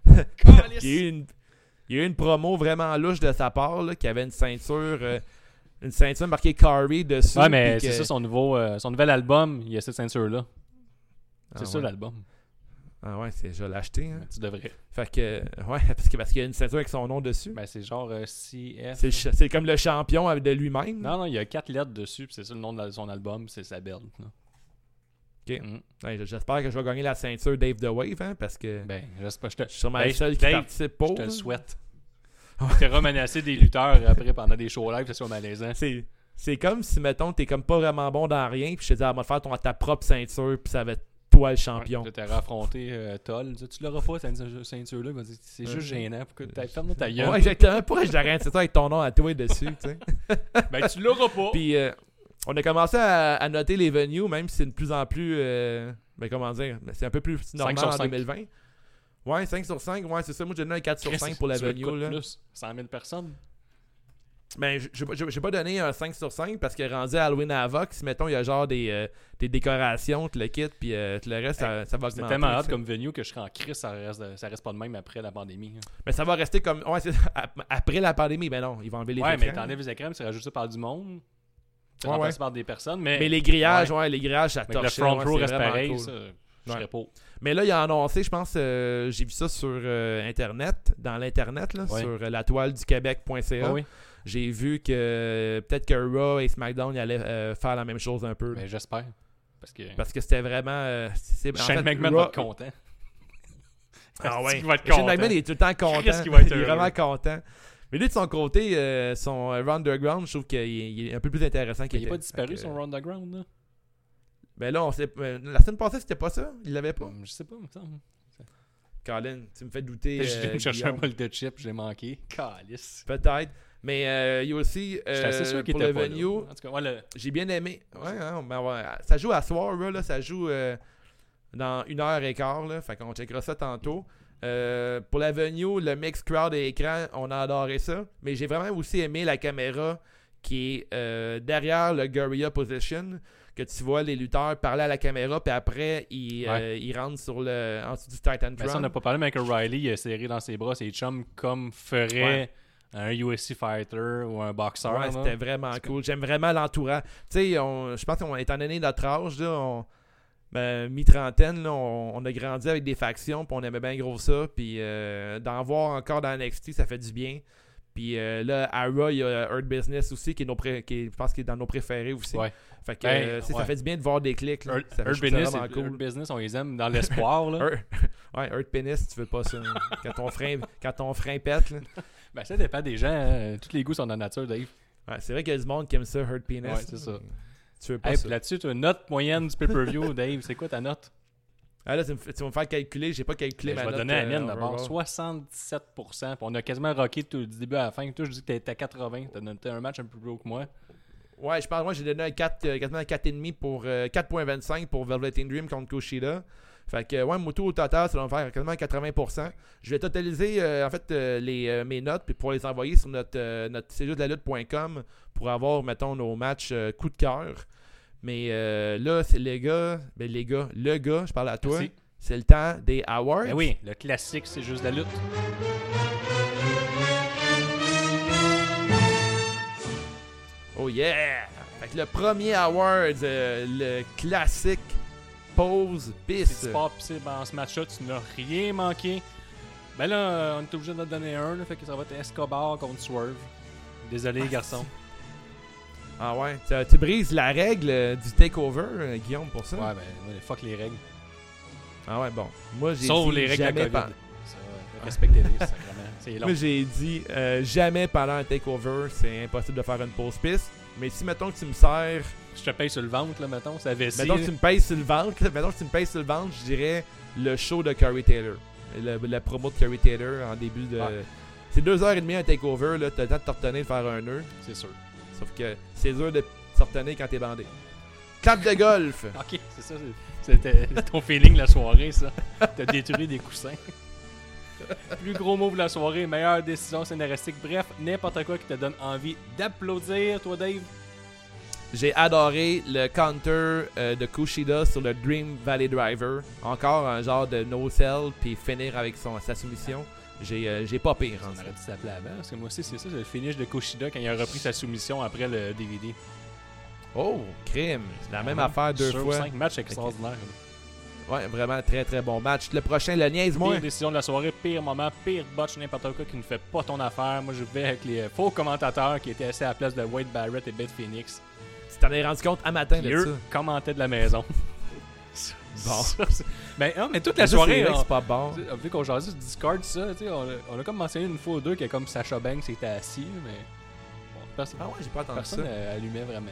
Il y a eu une promo vraiment louche de sa part là, qui avait une ceinture marquée Corey dessus. Ouais, mais c'est ça son nouvel album, il y a cette ceinture-là. C'est ça l'album. Ah ouais, je l'ai acheté. Hein. Tu devrais. Fait que, ouais, parce qu'il y a une ceinture avec son nom dessus. Ben, c'est genre CF. C'est comme le champion de lui-même. Non, il y a 4 lettres dessus, puis c'est ça le nom de son album, c'est sa belle. Ok. Ouais, j'espère que je vais gagner la ceinture Dave the Wave, hein, parce que Ben, j'espère. je suis sûrement le seul qui participe pour. Je te le souhaite. Tu auras menacé des lutteurs après pendant des shows live, ça soit malaisant. C'est comme si, mettons, t'es comme pas vraiment bon dans rien, puis je te dis, va te faire ta propre ceinture, puis ça va être toi le champion. Tu t'aurais affronté Toll. Tu l'auras pas, cette ceinture-là. C'est juste gênant. Ferme ta gueule. Ouais, exactement. Pourquoi je dirais c'est ça avec ton nom à toi dessus, tu sais? Ben, tu l'auras pas. Puis, on a commencé à noter les venues, même si c'est de plus en plus. Comment dire? C'est un peu plus normal en 2020. Ouais, 5 sur 5. Ouais, c'est ça. Moi, j'ai donné un 4 sur 5 pour la venue. Là. Plus 100 000 personnes. Ben, j'ai pas donné un 5 sur 5 parce que rendu à Halloween à Vox, mettons, il y a genre des décorations, tout le kit, puis tout le reste, ça va augmenter. C'est tellement hâte comme venue que je serais en crise, ça reste pas de même après la pandémie. Mais ça va rester comme. Ouais, c'est après la pandémie, ben non, ils vont enlever les écrans. Ouais, mais t'enlèves les écrans, c'est rajouté par du monde. C'est remplacé par des personnes. Mais les grillages, les grillages, ça torche. Le front row reste pareil, cool. ça. Je serais pas. Mais là, il a annoncé, je pense, j'ai vu ça sur Internet, dans l'Internet, là, sur la toile du Québec.ca. Oui. J'ai vu que peut-être que Raw et SmackDown allaient faire la même chose un peu. Mais j'espère. Parce que c'était vraiment. Shane McMahon va être content. Ah ouais. Shane McMahon est tout le temps content. Qu'est-ce qu'il va être il est vraiment content. Mais lui, de son côté, son Raw Underground, je trouve qu'il est un peu plus intéressant qu'il était. Il n'est pas disparu, son Raw Underground, là? Ben là, la semaine passée, c'était pas ça? Il l'avait pas? Je sais pas, il me semble. Colin, tu me fais douter. Je cherchais un bol de chips, je l'ai manqué. Calice. Peut-être. Mais il y a aussi assez sûr qu'il pour était le venue, en tout cas, j'ai bien aimé. Ça joue à soir, là, ça joue dans 1h15, là, fait qu'on checkera ça tantôt. Pour la venue, le mix crowd et écran, on a adoré ça. Mais j'ai vraiment aussi aimé la caméra qui est derrière le Gorilla Position, que tu vois les lutteurs parler à la caméra, puis après, ils rentrent en dessous du Titan Mais ça, on Drum. n'a pas parlé, mais Michael Riley, il a serré dans ses bras ses chums comme ferait un UFC fighter ou un boxeur. Ouais, c'était vraiment cool. J'aime vraiment l'entourage. Tu sais, je pense qu'on étant donné notre âge, là, mi-trentaine, là, on a grandi avec des factions, puis on aimait bien gros ça. Puis d'en voir encore dans NXT, ça fait du bien. Puis là, à Raw, il y a Hurt Business aussi, je pense qu'il est dans nos préférés aussi. Ouais. Fait que ça fait du bien de voir des clics. Là. Ça fait vraiment cool. Hurt Business, on les aime dans l'espoir. Là. Ouais, Hurt Penis, tu veux pas ça. Quand ton frein pète. Là. Ben, ça dépend des gens. Tous les goûts sont dans la nature, Dave. Ouais, c'est vrai qu'il y a du monde qui aime ça, Hurt Penis. Ouais, c'est ça. Tu veux pas Hey, ça. là-dessus, tu as une note moyenne du pay-per-view, Dave. C'est quoi ta note? Ah là, tu vas me faire calculer. J'ai pas calculé ma Je vais note. donner la mienne overall. d'abord. 77%. Puis on a quasiment rocké tout du début à la fin. Toi, je dis que t'étais à 80. T'as noté un match un peu plus haut que moi. Ouais, je pense moi j'ai donné un 4, quasiment un 4,5 pour 4.25 pour Velveteen Dream contre Kushida. Fait que ouais, Moto au total, ça va me faire quasiment 80%. Je vais totaliser mes notes puis pour les envoyer sur notre cjusdelalutte.com pour avoir, mettons, nos matchs coup de cœur. Mais là, c'est le gars, je parle à toi. Merci. C'est le temps des awards. Ben oui, le classique, c'est juste la lutte. Oh yeah! Fait que le premier award, le classique pause Si pisse. tu pars pisser dans ce match-là, tu n'as rien manqué. Ben là, on est obligé de en donner un. Là, fait que ça va être Escobar contre Swerve. Désolé, garçon. Ah ouais, tu brises la règle du takeover, Guillaume, pour ça. Ouais, ben, fuck les règles. Ah ouais, bon. Moi, j'ai Sauf dit les règles de jamais la COVID. pen- Ça, respectez-les, sacrément. C'est long. Moi, j'ai dit jamais pendant un takeover, c'est impossible de faire une pause piste. Mais si, mettons que tu me sers, Je te paye sur le ventre, là, mettons, ça vessie. mettons que tu me payes sur le ventre, je dirais le show de Corey Taylor. La promo de Corey Taylor en début de... Ouais. C'est 2h30 un takeover, là, t'as le temps de te retenir de faire un nœud. C'est sûr. Sauf que c'est dur de se retenir quand t'es bandé. Clap de golf! Ok, c'est ça. C'était ton feeling la soirée, ça. T'as détruit des coussins. Plus gros mot de la soirée, meilleure décision scénaristique. Bref, n'importe quoi qui te donne envie d'applaudir, toi, Dave. J'ai adoré le counter de Kushida sur le Dream Valley Driver. Encore un genre de no-sell, puis finir avec sa soumission. J'ai pas pire. On aurait dû s'appeler avant, parce que moi aussi, c'est ça, c'est le finish de Kushida quand il a repris sa soumission après le DVD. Oh, crime! C'est la même affaire deux Sur fois. 5 matchs extraordinaires. Ouais, vraiment très très bon match. Le prochain, le niaise-moi. Pire décision de la soirée, pire moment, pire botch, n'importe quoi qui ne fait pas ton affaire. Moi, je vais avec les faux commentateurs qui étaient assis à la place de Wade Barrett et Beth Phoenix. Tu t'en es rendu compte à matin Qui de ça. eux commentaient de la maison. Bon. Mais, non, mais toute la Ça, soirée, c'est vrai que on, c'est pas bon. vu qu'on jasait sur Discord, ça, tu sais, on a comme mentionné une fois ou deux que comme Sasha Banks était assis, mais bon, personne, Ah ouais, j'ai pas entendu personne ça. allumait vraiment.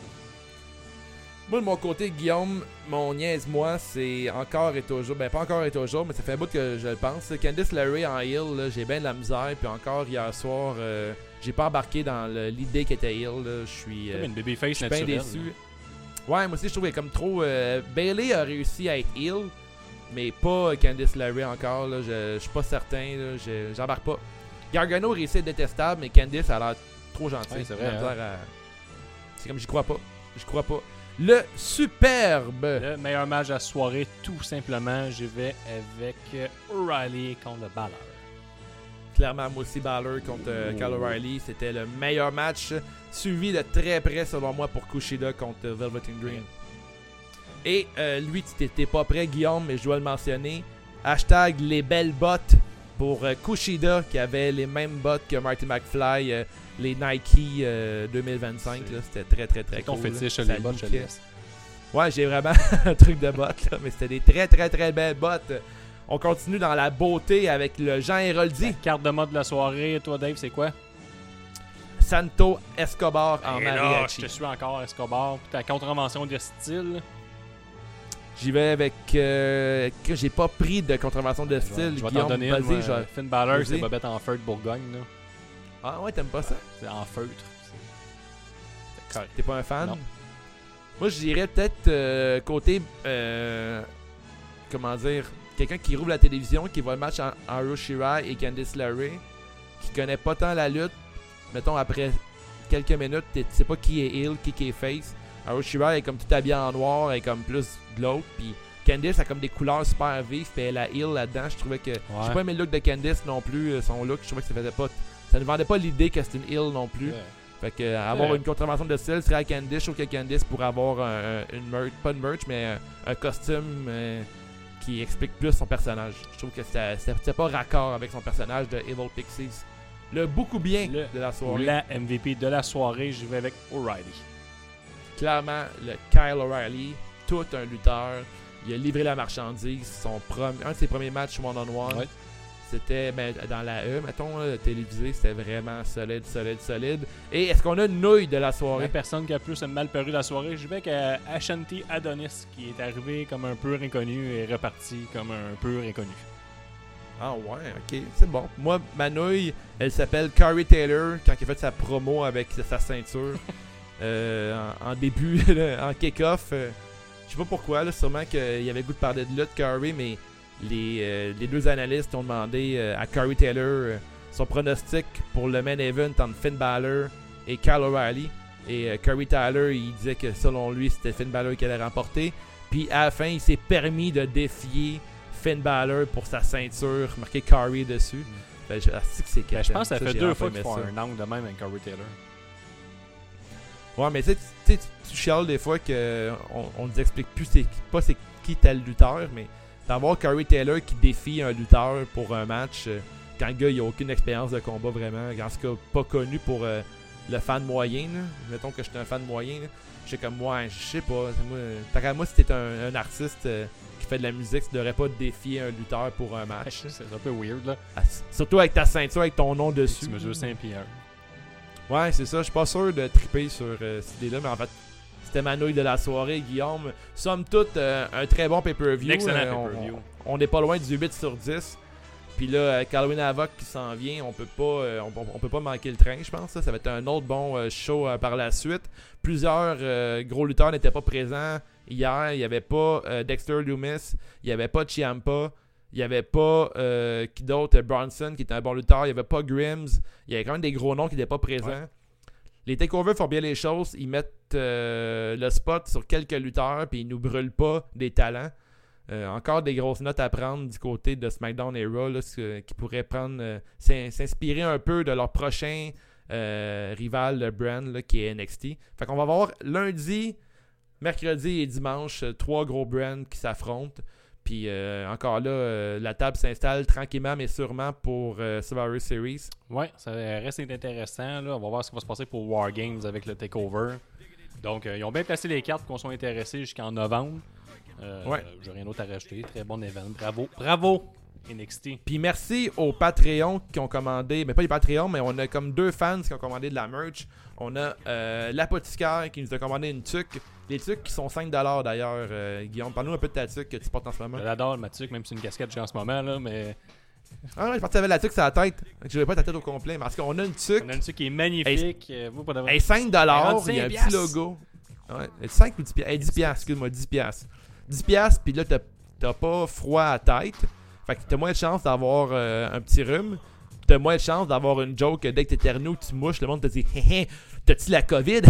Moi, de mon côté, Guillaume, mon niaise-moi, c'est encore et toujours. Ben, pas encore et toujours, mais ça fait un bout que je le pense. Candice LeRae en heel, là, j'ai bien de la misère. Puis encore hier soir, j'ai pas embarqué dans l'idée qu'elle était heel. Là. Je suis Comme une babyface bien naturelle. déçu. Ouais, moi aussi, je trouve qu'elle est comme trop. Bayley a réussi à être heel, mais pas Candice LeRae encore. Là. Je suis pas certain. Là. J'embarque pas. Gargano réussit à être détestable, mais Candice a l'air trop gentille. Ouais, c'est J'ai de la vrai, misère C'est comme j'y crois pas. Je crois pas. Le superbe. Le meilleur match de la soirée, tout simplement, je vais avec O'Reilly contre Balor. Clairement, moi aussi, Balor contre Kyle O'Reilly, c'était le meilleur match, suivi de très près, selon moi, pour Kushida contre Velveteen Dream. Et lui, tu t'étais pas prêt, Guillaume, mais je dois le mentionner. Hashtag les belles bottes pour Kushida, qui avait les mêmes bottes que Marty McFly, les Nike 2025. Là, c'était très, très, très C'est ton cool. fétiche, Ça les bottes, je te lookait. laisse. Ouais, j'ai vraiment un truc de bottes, là, mais c'était des très, très, très belles bottes. On continue dans la beauté avec le Jean Héroldi. La carte de mode de la soirée, toi, Dave, c'est quoi? Santo Escobar en Et là, mariachi. je te suis encore, Escobar. Puis ta contravention de style. J'y vais avec... que j'ai pas pris de contravention de style. Je vais t'en Guillaume, donner vas-y, une. je vais- Finn Balor, vas-y. c'est Bobette en feutre Bourgogne. Là. Ah ouais, t'aimes pas ça? C'est en feutre. C'est correct. T'es pas un fan? Non. Moi, je dirais peut-être côté... comment dire? Quelqu'un qui rouvre la télévision, qui voit le match en Io Shirai et Candice LeRae, qui connaît pas tant la lutte. Mettons, après quelques minutes, tu sais pas qui est heel, qui est face. Io Shirai est comme tout habillée en noir, elle est comme plus glauque, puis Candice a comme des couleurs super vives, puis elle a heel là-dedans. Je trouvais que. J'ai pas aimé le look de Candice non plus, son look. Je trouvais que ça ne vendait pas l'idée que c'était une heel non plus. Ouais. Fait que avoir une contravention de style serait à Candice. Je trouve que Candice pourrait avoir pas une merch, mais un costume qui explique plus son personnage. Je trouve que c'était pas raccord avec son personnage de Evil Pixies. Le beaucoup bien de la soirée. La MVP de la soirée, je vais avec O'Reilly. Clairement, le Kyle O'Reilly, tout un lutteur. Il a livré la marchandise. Un de ses premiers matchs one-on-one. Ouais. C'était dans la mettons, télévisé. C'était vraiment solide. Et est-ce qu'on a une nouille de la soirée? La personne qui a plus mal paru la soirée, je vais avec Ashanti Adonis, qui est arrivé comme un pur inconnu et reparti comme un pur inconnu. Ah ouais, ok, c'est bon. Moi, ma nouille, elle s'appelle Corey Taylor, quand il a fait sa promo avec sa ceinture en début, en kick-off. Je sais pas pourquoi, là, sûrement qu'il avait le goût de parler de lutte, Corey, mais les deux analystes ont demandé à Corey Taylor son pronostic pour le main event entre Finn Balor et Kyle O'Reilly. Et Corey Taylor, il disait que selon lui, c'était Finn Balor qui allait remporter. Puis à la fin, il s'est permis de défier Finn Balor pour sa ceinture, marqué Corey dessus. Ben, je pense que ça fait 2 fois qu'ils font un angle de même avec Corey Taylor. Ouais, mais tu sais, tu chiales des fois qu'on nous explique plus c'est qui tel lutteur, mais d'avoir Corey Taylor qui défie un lutteur pour un match quand le gars il a aucune expérience de combat vraiment, en ce cas pas connu pour le fan moyen, là. Mettons que j'étais un fan moyen, j'étais comme moi, je sais pas, moi si t'es un artiste qui fait de la musique, tu devrais pas défier un lutteur pour un match. C'est un peu weird là. Surtout avec ta ceinture avec ton nom dessus. Tu mesures 5 pieds 1. Ouais, c'est ça. Je suis pas sûr de triper sur cette idée-là, mais en fait, c'était ma nouille de la soirée, Guillaume. Somme toute, un très bon pay-per-view. Excellent pay-per-view. On n'est pas loin du 8 sur 10. Puis là, avec Halloween Havoc qui s'en vient, on peut pas manquer le train, je pense. Ça va être un autre bon show par la suite. Plusieurs gros lutteurs n'étaient pas présents hier. Il n'y avait pas Dexter Lumis, il n'y avait pas Ciampa. Il n'y avait pas qui d'autre, Bronson qui était un bon lutteur. Il n'y avait pas Grims. Il y avait quand même des gros noms qui n'étaient pas présents. Ouais. Les takeovers font bien les choses. Ils mettent le spot sur quelques lutteurs puis ils nous brûlent pas des talents. Encore des grosses notes à prendre du côté de SmackDown et Raw là, qui pourraient s'inspirer un peu de leur prochain rival, le brand là, qui est NXT. Fait qu'on va avoir lundi, mercredi et dimanche 3 gros brands qui s'affrontent. Puis encore là, la table s'installe tranquillement mais sûrement pour Survivor Series. Ouais, ça reste intéressant. Là. On va voir ce qui va se passer pour War Games avec le takeover. Donc, ils ont bien placé les cartes pour qu'on soit intéressés jusqu'en novembre. Ouais. J'ai rien d'autre à rajouter. Très bon événement. Bravo NXT. Puis merci aux Patreons qui ont commandé, mais pas les Patreons, mais on a comme 2 fans qui ont commandé de la merch. On a l'apothicaire qui nous a commandé une tuque. Les tuques qui sont 5$ d'ailleurs. Guillaume, parle-nous un peu de ta tuque que tu portes en ce moment. Je l'adore ma tuque, même si c'est une casquette que j'ai en ce moment, là, mais... Ah ouais, je pensais que tu avais la tuque sur la tête. Je n'avais pas ta tête au complet, mais parce qu'on a une tuque. On a une tuque qui est magnifique. Hey, 5$, il y a un petit logo. Ouais, 5 ou 10$? Hey, 10$, excuse-moi, 10$. 10$, puis là, t'as pas froid à la tête. Fait que t'as moins de chance d'avoir un petit rhume. T'as moins de chance d'avoir une joke dès que t'éternues ou que tu mouches, le monde te dit hé, t'as-tu la COVID?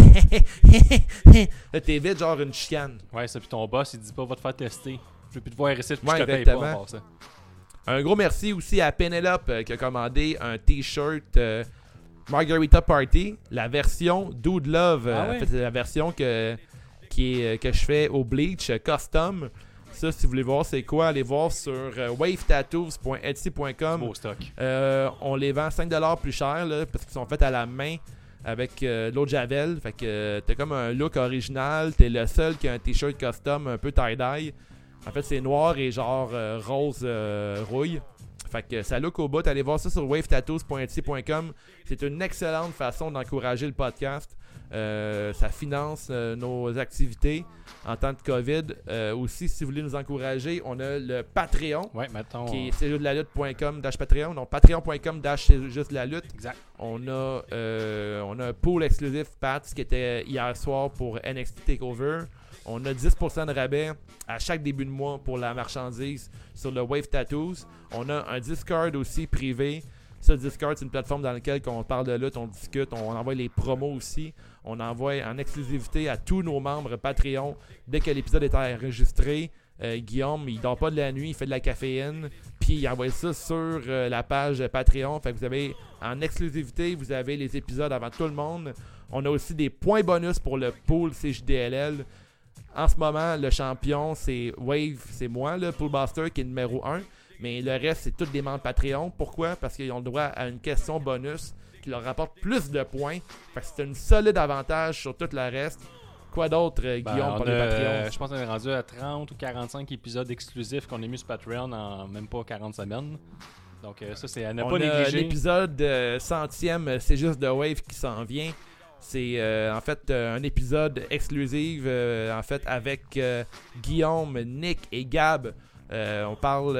Là, t'es vite genre une chicane. Ouais, ça, puis ton boss, il dit pas va te faire tester. Je veux plus te voir ici, puis ouais, je te paye pas à part ça. Un gros merci aussi à Penelope qui a commandé un t-shirt Margarita Party, la version Dude Love. En fait, c'est la version que je fais au Bleach Custom. Ça, si vous voulez voir c'est quoi, allez voir sur wavetattoos.etsy.com. Beau stock. On les vend 5$ plus cher là, parce qu'ils sont faits à la main avec l'eau de Javel. Fait que t'as comme un look original. T'es le seul qui a un t-shirt custom un peu tie-dye. En fait, c'est noir et genre rose rouille. Fait que ça look au bout. Allez voir ça sur wavetattoos.etsy.com. C'est une excellente façon d'encourager le podcast. Ça finance nos activités en temps de COVID. Aussi, si vous voulez nous encourager, on a le Patreon. Ouais, mettons. Qui est cjustdelalutte.com/Patreon. Donc patreon.com/cjustdelalutte. Exact. On a un pool exclusif Pats qui était hier soir pour NXT TakeOver. On a 10% de rabais à chaque début de mois pour la marchandise sur le Wave Tattoos. On a un Discord aussi privé Ça, Discord, c'est une plateforme dans laquelle on parle de lutte, on discute, on envoie les promos aussi. On envoie en exclusivité à tous nos membres Patreon dès que l'épisode est enregistré. Guillaume, il dort pas de la nuit, il fait de la caféine, puis il envoie ça sur la page Patreon. Fait que vous avez en exclusivité, vous avez les épisodes avant tout le monde. On a aussi des points bonus pour le pool CJDLL. En ce moment, le champion, c'est Wave, c'est moi, le Poolbuster, qui est numéro 1. Mais le reste, c'est tous des membres Patreon. Pourquoi? Parce qu'ils ont le droit à une question bonus qui leur rapporte plus de points. Fait que c'est un solide avantage sur tout le reste. Quoi d'autre, Guillaume, pour les Patreons? Je pense qu'on est rendu à 30 ou 45 épisodes exclusifs qu'on a mis sur Patreon en même pas 40 semaines. Donc ça, c'est à ne pas négliger. L'épisode 100e, c'est juste de Wave qui s'en vient. C'est en fait un épisode exclusif en fait avec Guillaume, Nick et Gab. On parle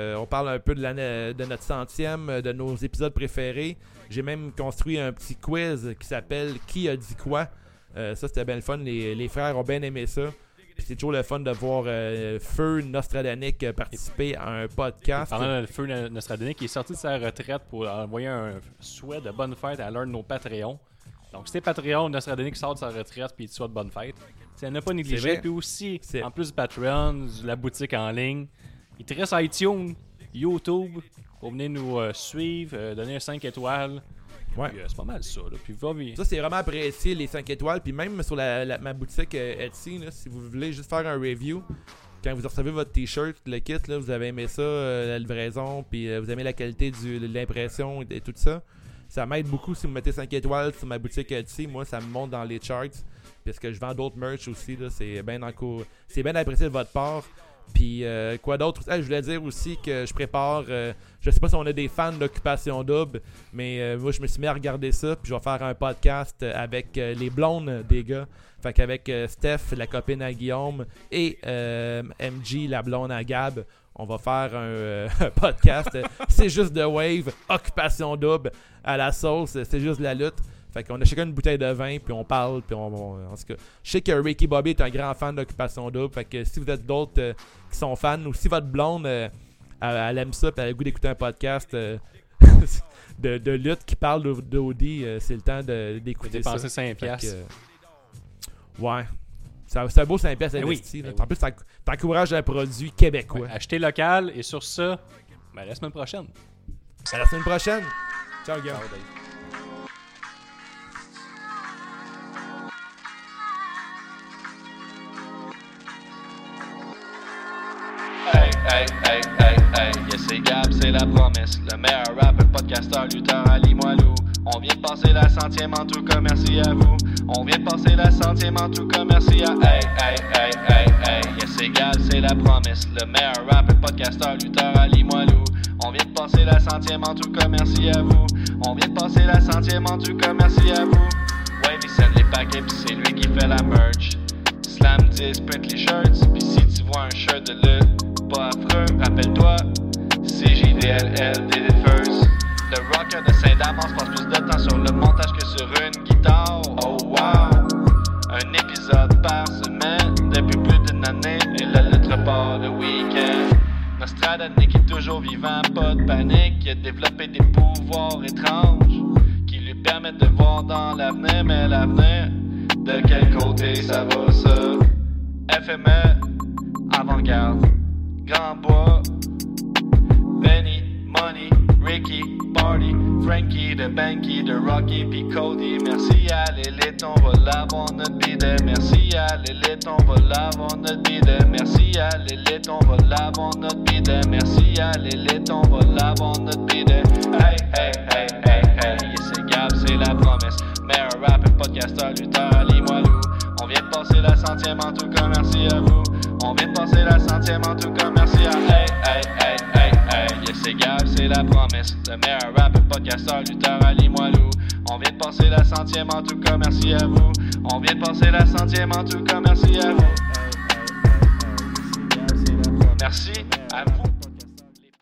un peu de notre 100e, de nos épisodes préférés. J'ai même construit un petit quiz qui s'appelle « Qui a dit quoi ?» Ça, c'était bien le fun. Les frères ont bien aimé ça. Puis c'est toujours le fun de voir Feu Nostradanic participer à un podcast. Pendant le Feu Nostradanic, il est sorti de sa retraite pour envoyer un souhait de bonne fête à l'un de nos Patreons. Donc, c'était Patreon, Nostradanic sort de sa retraite puis il te souhaite bonne fête. C'est à ne pas négliger. Puis aussi, en plus du Patreon, de la boutique en ligne, il te reste iTunes, YouTube, pour venir nous suivre, donner 5 étoiles. Ouais. Puis, c'est pas mal ça. Là. Puis, ça, c'est vraiment apprécié, les 5 étoiles. Puis même sur ma boutique Etsy, là, si vous voulez juste faire un review, quand vous recevez votre t-shirt, le kit, là, vous avez aimé ça, la livraison, puis vous aimez la qualité de l'impression et tout ça. Ça m'aide beaucoup si vous mettez 5 étoiles sur ma boutique Etsy. Moi, ça me monte dans les charts. Parce que je vends d'autres merch aussi. Là, c'est bien apprécié de votre part. Puis quoi d'autre? Je voulais dire aussi que je prépare... je sais pas si on a des fans d'Occupation Double, mais moi, je me suis mis à regarder ça. Puis je vais faire un podcast avec les blondes des gars. Fait qu'avec Steph, la copine à Guillaume, et MG, la blonde à Gab, on va faire un podcast. C'est juste de Wave, Occupation Double à la sauce. C'est juste de la lutte. Fait qu'on a chacun une bouteille de vin, puis on parle, puis en tout cas, je sais que Ricky Bobby est un grand fan d'Occupation Double. Fait que si vous êtes d'autres qui sont fans, ou si votre blonde, elle aime ça, puis elle a le goût d'écouter un podcast de lutte qui parle d'OD, c'est le temps d'écouter ça. Dépenser 5$. Ouais. C'est un beau 5$ investi. En plus, t'encourages un produit québécois. Ouais, acheter local, et sur ça, la semaine prochaine. À la semaine prochaine. Ciao, gars. Ciao, Dave. Hey, yes, c'est Gab, c'est la promesse. Le meilleur rappeur, podcasteur, lutteur, Ali Moilou. On vient de passer la 100e en tout cas, merci à vous. On vient de passer la 100e en tout cas, merci à... Hey, yes, c'est Gab, c'est la promesse. Le meilleur rappeur, podcasteur, lutteur, Ali Moilou. On vient de passer la 100e en tout cas, merci à vous. On vient de passer la 100e en tout cas, merci à vous. Wave, il send les paquets, pis c'est lui qui fait la merch. Slam 10, print les shirts, pis si tu vois un shirt de lutte pas affreux, rappelle-toi, CJDLL did it first. Le rocker de Saint-Damas passe plus de temps sur le montage que sur une guitare. Oh wow! Un épisode par semaine depuis plus d'une année et la lettre part le week-end. Nostradanic est toujours vivant, pas de panique. Il a développé des pouvoirs étranges qui lui permettent de voir dans l'avenir. Mais l'avenir, de quel côté ça va ça? FME, avant-garde, Grand Bois, Benny, Money, Ricky, Party, Frankie, de Banky, de Rocky, puis Cody. Merci à l'élite, on va l'avoir notre bidet. Merci à l'élite, on va l'avoir notre bidet. Merci à l'élite, on va l'avoir notre bidet. Merci à l'élite, on va l'avoir notre bidet. Hey, yes, c'est Gab, c'est la promesse. Meilleur rappeur, podcasteur, lutteur, Ali Moilou. On vient de passer la 100e en tout cas, merci à vous. On vient de passer la 100e en tout cas, merci à... Hey, yes, c'est Gab, c'est la promesse. Le meilleur rappeur, podcasteur, lutteur, Ali Moilou. On vient de passer la 100e en tout cas, merci à vous. On vient de passer la 100e en tout cas, merci à vous. Merci à vous.